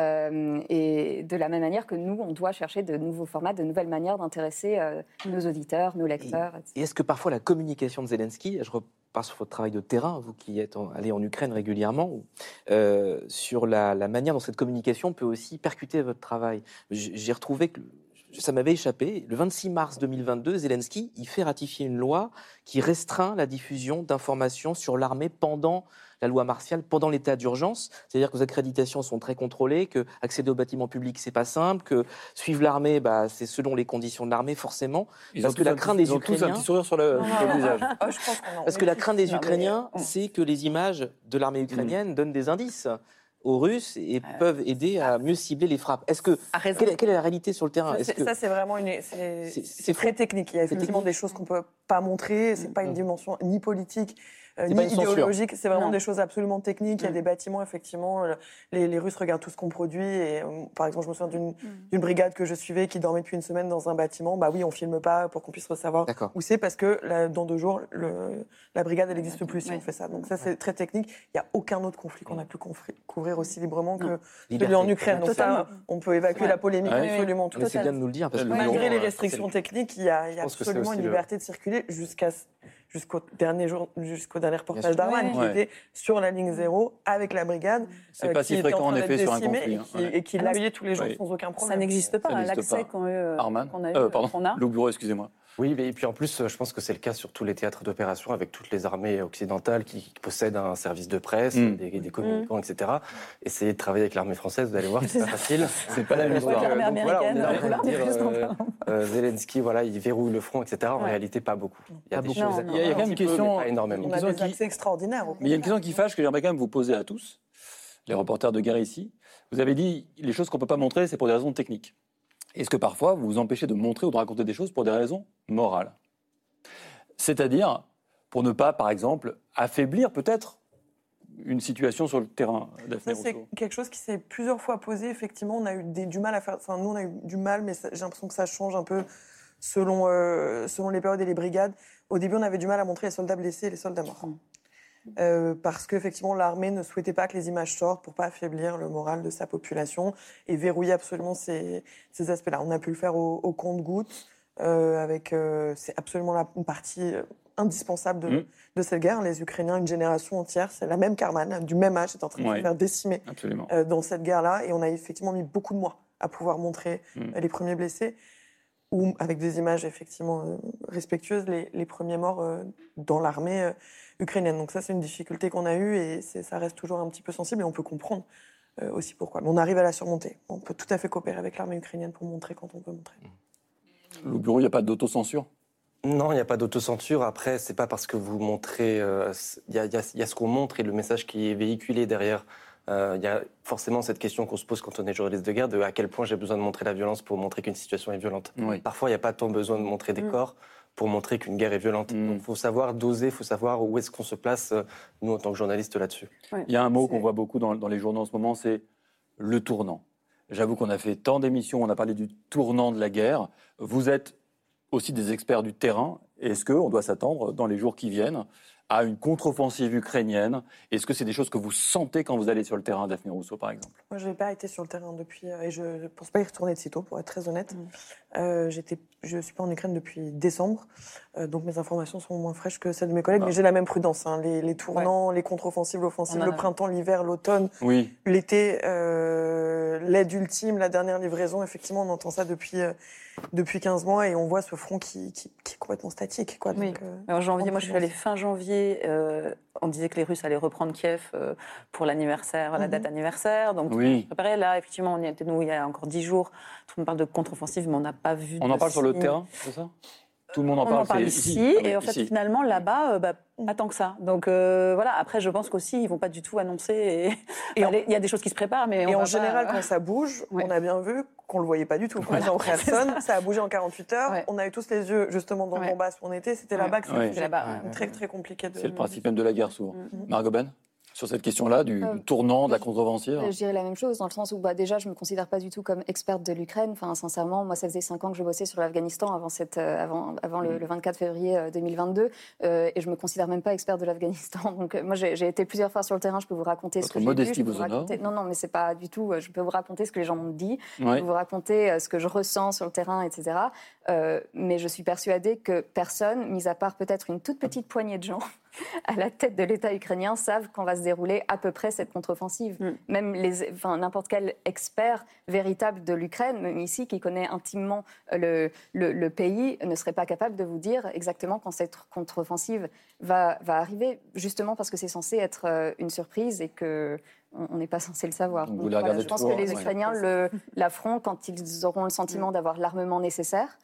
F: et de la même manière que nous, on doit chercher de nouveaux formats, de nouvelles manières d'intéresser nos auditeurs, nos lecteurs.
C: Et est-ce que parfois la communication de Zelensky, je repars sur votre travail de terrain, vous qui êtes allé en Ukraine régulièrement, sur la manière dont cette communication peut aussi percuter votre travail. J'ai retrouvé que ça m'avait échappé. Le 26 mars 2022, Zelensky, il fait ratifier une loi qui restreint la diffusion d'informations sur l'armée pendant la loi martiale, pendant l'état d'urgence. C'est-à-dire que les accréditations sont très contrôlées, que accéder aux bâtiments publics, c'est pas simple, que suivre l'armée, c'est selon les conditions de l'armée, forcément. Parce que la crainte des Ukrainiens...
B: Ils ont tous un petit sourire sur le visage.
C: Parce que la crainte des Ukrainiens, c'est que les images de l'armée ukrainienne donnent des indices aux Russes et peuvent aider à mieux cibler les frappes. Quelle est la réalité sur le terrain?
D: Ça, c'est vraiment c'est très technique. Il y a effectivement des choses qu'on ne peut pas montrer. Ce n'est pas une dimension ni politique, ni idéologique. C'est vraiment des choses absolument techniques. Il y a des bâtiments, effectivement. Les Russes regardent tout ce qu'on produit. Et, par exemple, je me souviens d'une brigade que je suivais qui dormait depuis une semaine dans un bâtiment. Bah oui, on ne filme pas pour qu'on puisse savoir où c'est, parce que dans 2 jours, la brigade, elle n'existe plus si on fait ça. Donc ça, c'est très technique. Il n'y a aucun autre conflit qu'on a pu couvrir aussi librement que celui en Ukraine. Donc ça, on peut évacuer la polémique absolument tout.
C: C'est bien de nous le dire. Parce que
D: malgré les restrictions techniques, il y a absolument une liberté de circuler jusqu'au dernier reportage d'Arman, qui était sur la ligne 0 avec la brigade.
B: C'est pas si fréquent en effet sur un conflit.
D: Et qui l'accueillait tous les jours sans aucun problème.
H: Ça n'existe pas, l'accès qu'on a.
B: Le bureau, excusez-moi.
G: Oui, et puis en plus, je pense que c'est le cas sur tous les théâtres d'opération, avec toutes les armées occidentales qui possèdent un service de presse, des communicants, etc. Essayez de travailler avec l'armée française, vous allez voir, c'est pas facile.
B: C'est pas la même histoire.
H: L'armée américaine,
G: Zelensky, il verrouille le front, etc. En réalité, pas beaucoup. Il y a des choses.
B: Il y a quand même une question.
G: Pas énormément.
D: On a des accès extraordinaires.
B: Mais il y a une question qui fâche que j'aimerais quand même vous poser à tous, les reporters de guerre ici. Vous avez dit les choses qu'on peut pas montrer, c'est pour des raisons techniques. Est-ce que parfois vous vous empêchez de montrer ou de raconter des choses pour des raisons morales? C'est-à-dire pour ne pas, par exemple, affaiblir peut-être une situation sur le terrain, Daphné
D: Ça, c'est
B: Rousseau?
D: quelque chose qui s'est plusieurs fois posé. Effectivement, on a eu du mal à faire. Enfin, nous, on a eu du mal, mais j'ai l'impression que ça change un peu selon les périodes et les brigades. Au début, on avait du mal à montrer les soldats blessés et les soldats morts. Parce qu'effectivement, l'armée ne souhaitait pas que les images sortent pour pas affaiblir le moral de sa population et verrouiller absolument ces aspects-là. On a pu le faire au compte-gouttes, c'est absolument une partie indispensable de cette guerre. Les Ukrainiens, une génération entière, c'est la même qu'Arman, du même âge, est en train de se faire décimer dans cette guerre-là. Et on a effectivement mis beaucoup de mois à pouvoir montrer les premiers blessés, ou avec des images effectivement respectueuses, les premiers morts dans l'armée ukrainienne. Donc ça, c'est une difficulté qu'on a eue et ça reste toujours un petit peu sensible et on peut comprendre aussi pourquoi. Mais on arrive à la surmonter. On peut tout à fait coopérer avec l'armée ukrainienne pour montrer quand on peut montrer.
B: Le bureau, il n'y a pas d'autocensure?
G: Non, il n'y a pas d'autocensure. Après, c'est pas parce que vous montrez... Il y a ce qu'on montre et le message qui est véhiculé derrière. Il y a forcément cette question qu'on se pose quand on est journaliste de guerre, de à quel point j'ai besoin de montrer la violence pour montrer qu'une situation est violente. Parfois, il n'y a pas tant besoin de montrer des corps pour montrer qu'une guerre est violente. Donc, il faut savoir doser, il faut savoir où est-ce qu'on se place, nous, en tant que journalistes, là-dessus.
B: Il y a un mot qu'on voit beaucoup dans les journaux en ce moment, c'est le tournant. J'avoue qu'on a fait tant d'émissions, on a parlé du tournant de la guerre. Vous êtes aussi des experts du terrain. Est-ce qu'on doit s'attendre, dans les jours qui viennent, à une contre-offensive ukrainienne? Est-ce que c'est des choses que vous sentez quand vous allez sur le terrain, Daphné Rousseau, par exemple?
D: Moi, je n'ai pas été sur le terrain depuis, et je ne pense pas y retourner de sitôt, pour être très honnête. Je ne suis pas en Ukraine depuis décembre, donc mes informations sont moins fraîches que celles de mes collègues, mais j'ai la même prudence. Les tournants, les contre-offensives, l'offensive, le printemps, l'hiver, l'automne, l'été, l'aide ultime, la dernière livraison, effectivement, on entend ça depuis 15 mois et on voit ce front qui est complètement statique. Quoi. Donc,
H: en janvier, moi je suis allée fin janvier, on disait que les Russes allaient reprendre Kiev pour l'anniversaire, la date anniversaire, donc on se préparait. Là, effectivement, on y était, nous, il y a encore 10 jours, tout le monde parle de contre-offensive, mais on n'a pas vu
B: On en parle sur le terrain, c'est ça? Tout le monde en parle.
H: On en parle ici, et en fait, finalement, là-bas, pas tant que ça. Donc voilà, après, je pense qu'aussi, ils ne vont pas du tout annoncer. Il y a des choses qui se préparent, mais
D: en général, quand ça bouge, on a bien vu qu'on ne le voyait pas du tout. Par exemple, Kherson, ça a bougé en 48 heures. On avait tous les yeux, justement, dans le Donbass où on était. C'était là-bas que c'était très, très compliqué.
B: C'est le principe même de la guerre, souvent. Margot Ben, sur cette question-là, du tournant, de la contre-offensive?
F: Je dirais la même chose, dans le sens où déjà, je ne me considère pas du tout comme experte de l'Ukraine. Enfin, sincèrement, moi, ça faisait 5 ans que je bossais sur l'Afghanistan avant le 24 février 2022. Et je ne me considère même pas experte de l'Afghanistan. Donc, moi, j'ai été plusieurs fois sur le terrain. Je peux vous raconter ce que j'ai vu. Non, mais ce n'est pas du tout... Je peux vous raconter ce que les gens m'ont dit. Je peux vous raconter ce que je ressens sur le terrain, etc. Mais je suis persuadée que personne, mis à part peut-être une toute petite poignée de gens, à la tête de l'État ukrainien, savent quand va se dérouler à peu près cette contre-offensive. Même n'importe quel expert véritable de l'Ukraine, même ici, qui connaît intimement le pays, ne serait pas capable de vous dire exactement quand cette contre-offensive va arriver, justement parce que c'est censé être une surprise et que on n'est pas censé le savoir. Donc, je pense que les Ukrainiens l'affrontent quand ils auront le sentiment d'avoir l'armement nécessaire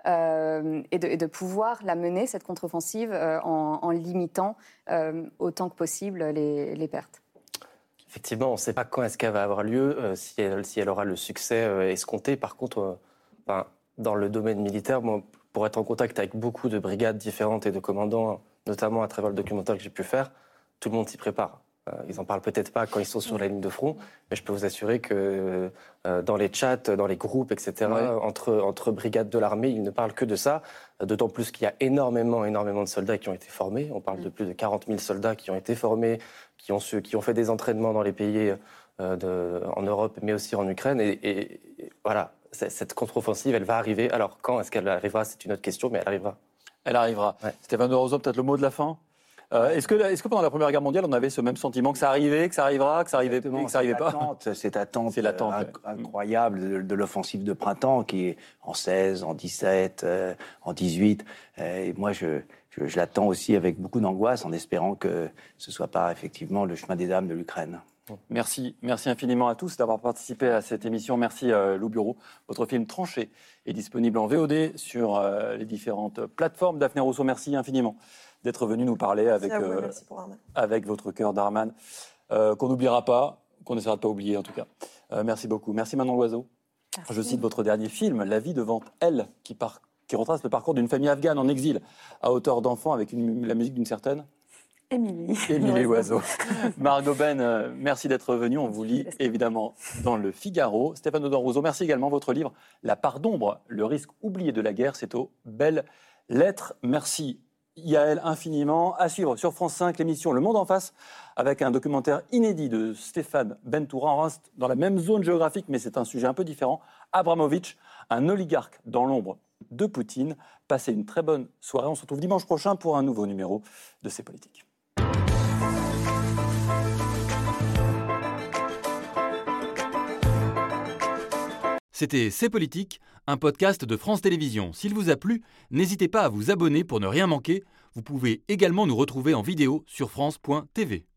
F: et de pouvoir la mener, cette contre-offensive, en limitant autant que possible les pertes.
G: Effectivement, on ne sait pas quand est-ce qu'elle va avoir lieu, si elle aura le succès escompté. Par contre, dans le domaine militaire, moi, pour être en contact avec beaucoup de brigades différentes et de commandants, notamment à travers le documentaire que j'ai pu faire, tout le monde s'y prépare. Ils n'en parlent peut-être pas quand ils sont sur la ligne de front, mais je peux vous assurer que dans les chats, dans les groupes, etc., entre brigades de l'armée, ils ne parlent que de ça, d'autant plus qu'il y a énormément de soldats qui ont été formés. On parle de plus de 40 000 soldats qui ont été formés, qui ont fait des entraînements dans les pays en Europe, mais aussi en Ukraine. Et voilà, cette contre-offensive, elle va arriver. Alors, quand est-ce qu'elle arrivera? C'est une autre question, mais elle arrivera.
B: Elle arrivera. Stéphane de Roseau, peut-être le mot de la fin? Est-ce que pendant la Première Guerre mondiale, on avait ce même sentiment que ça arrivait, que ça arrivera, que ça arrivait, que ça arrivait pas?
E: Cette attente incroyable de l'offensive de printemps qui est en 16, en 17, en 18. Et moi, je l'attends aussi avec beaucoup d'angoisse en espérant que ce ne soit pas effectivement le chemin des dames de l'Ukraine.
B: Merci infiniment à tous d'avoir participé à cette émission. Merci Lou Bureau. Votre film Tranché est disponible en VOD sur les différentes plateformes. Daphné Rousseau, merci infiniment d'être venu nous parler avec votre cœur d'Arman, qu'on n'oubliera pas, qu'on essaiera de ne pas oublier en tout cas. Merci beaucoup. Merci Manon Loiseau. Je cite votre dernier film, La vie devant elle, qui retrace le parcours d'une famille afghane en exil, à hauteur d'enfant, avec la musique d'une certaine
H: Émilie
B: Loiseau. Margot Ben, merci d'être venue. On vous lit évidemment dans le Figaro. Stéphane Audin-Rousseau, merci également. Votre livre « La part d'ombre, le risque oublié de la guerre », c'est aux Belles Lettres. Merci Yael infiniment. À suivre sur France 5, l'émission Le Monde en face, avec un documentaire inédit de Stéphane Bentoura. On reste dans la même zone géographique, mais c'est un sujet un peu différent. Abramovitch, un oligarque dans l'ombre de Poutine. Passez une très bonne soirée. On se retrouve dimanche prochain pour un nouveau numéro de C'est Politique.
A: C'était C'est Politique, un podcast de France Télévisions. S'il vous a plu, n'hésitez pas à vous abonner pour ne rien manquer. Vous pouvez également nous retrouver en vidéo sur France.tv.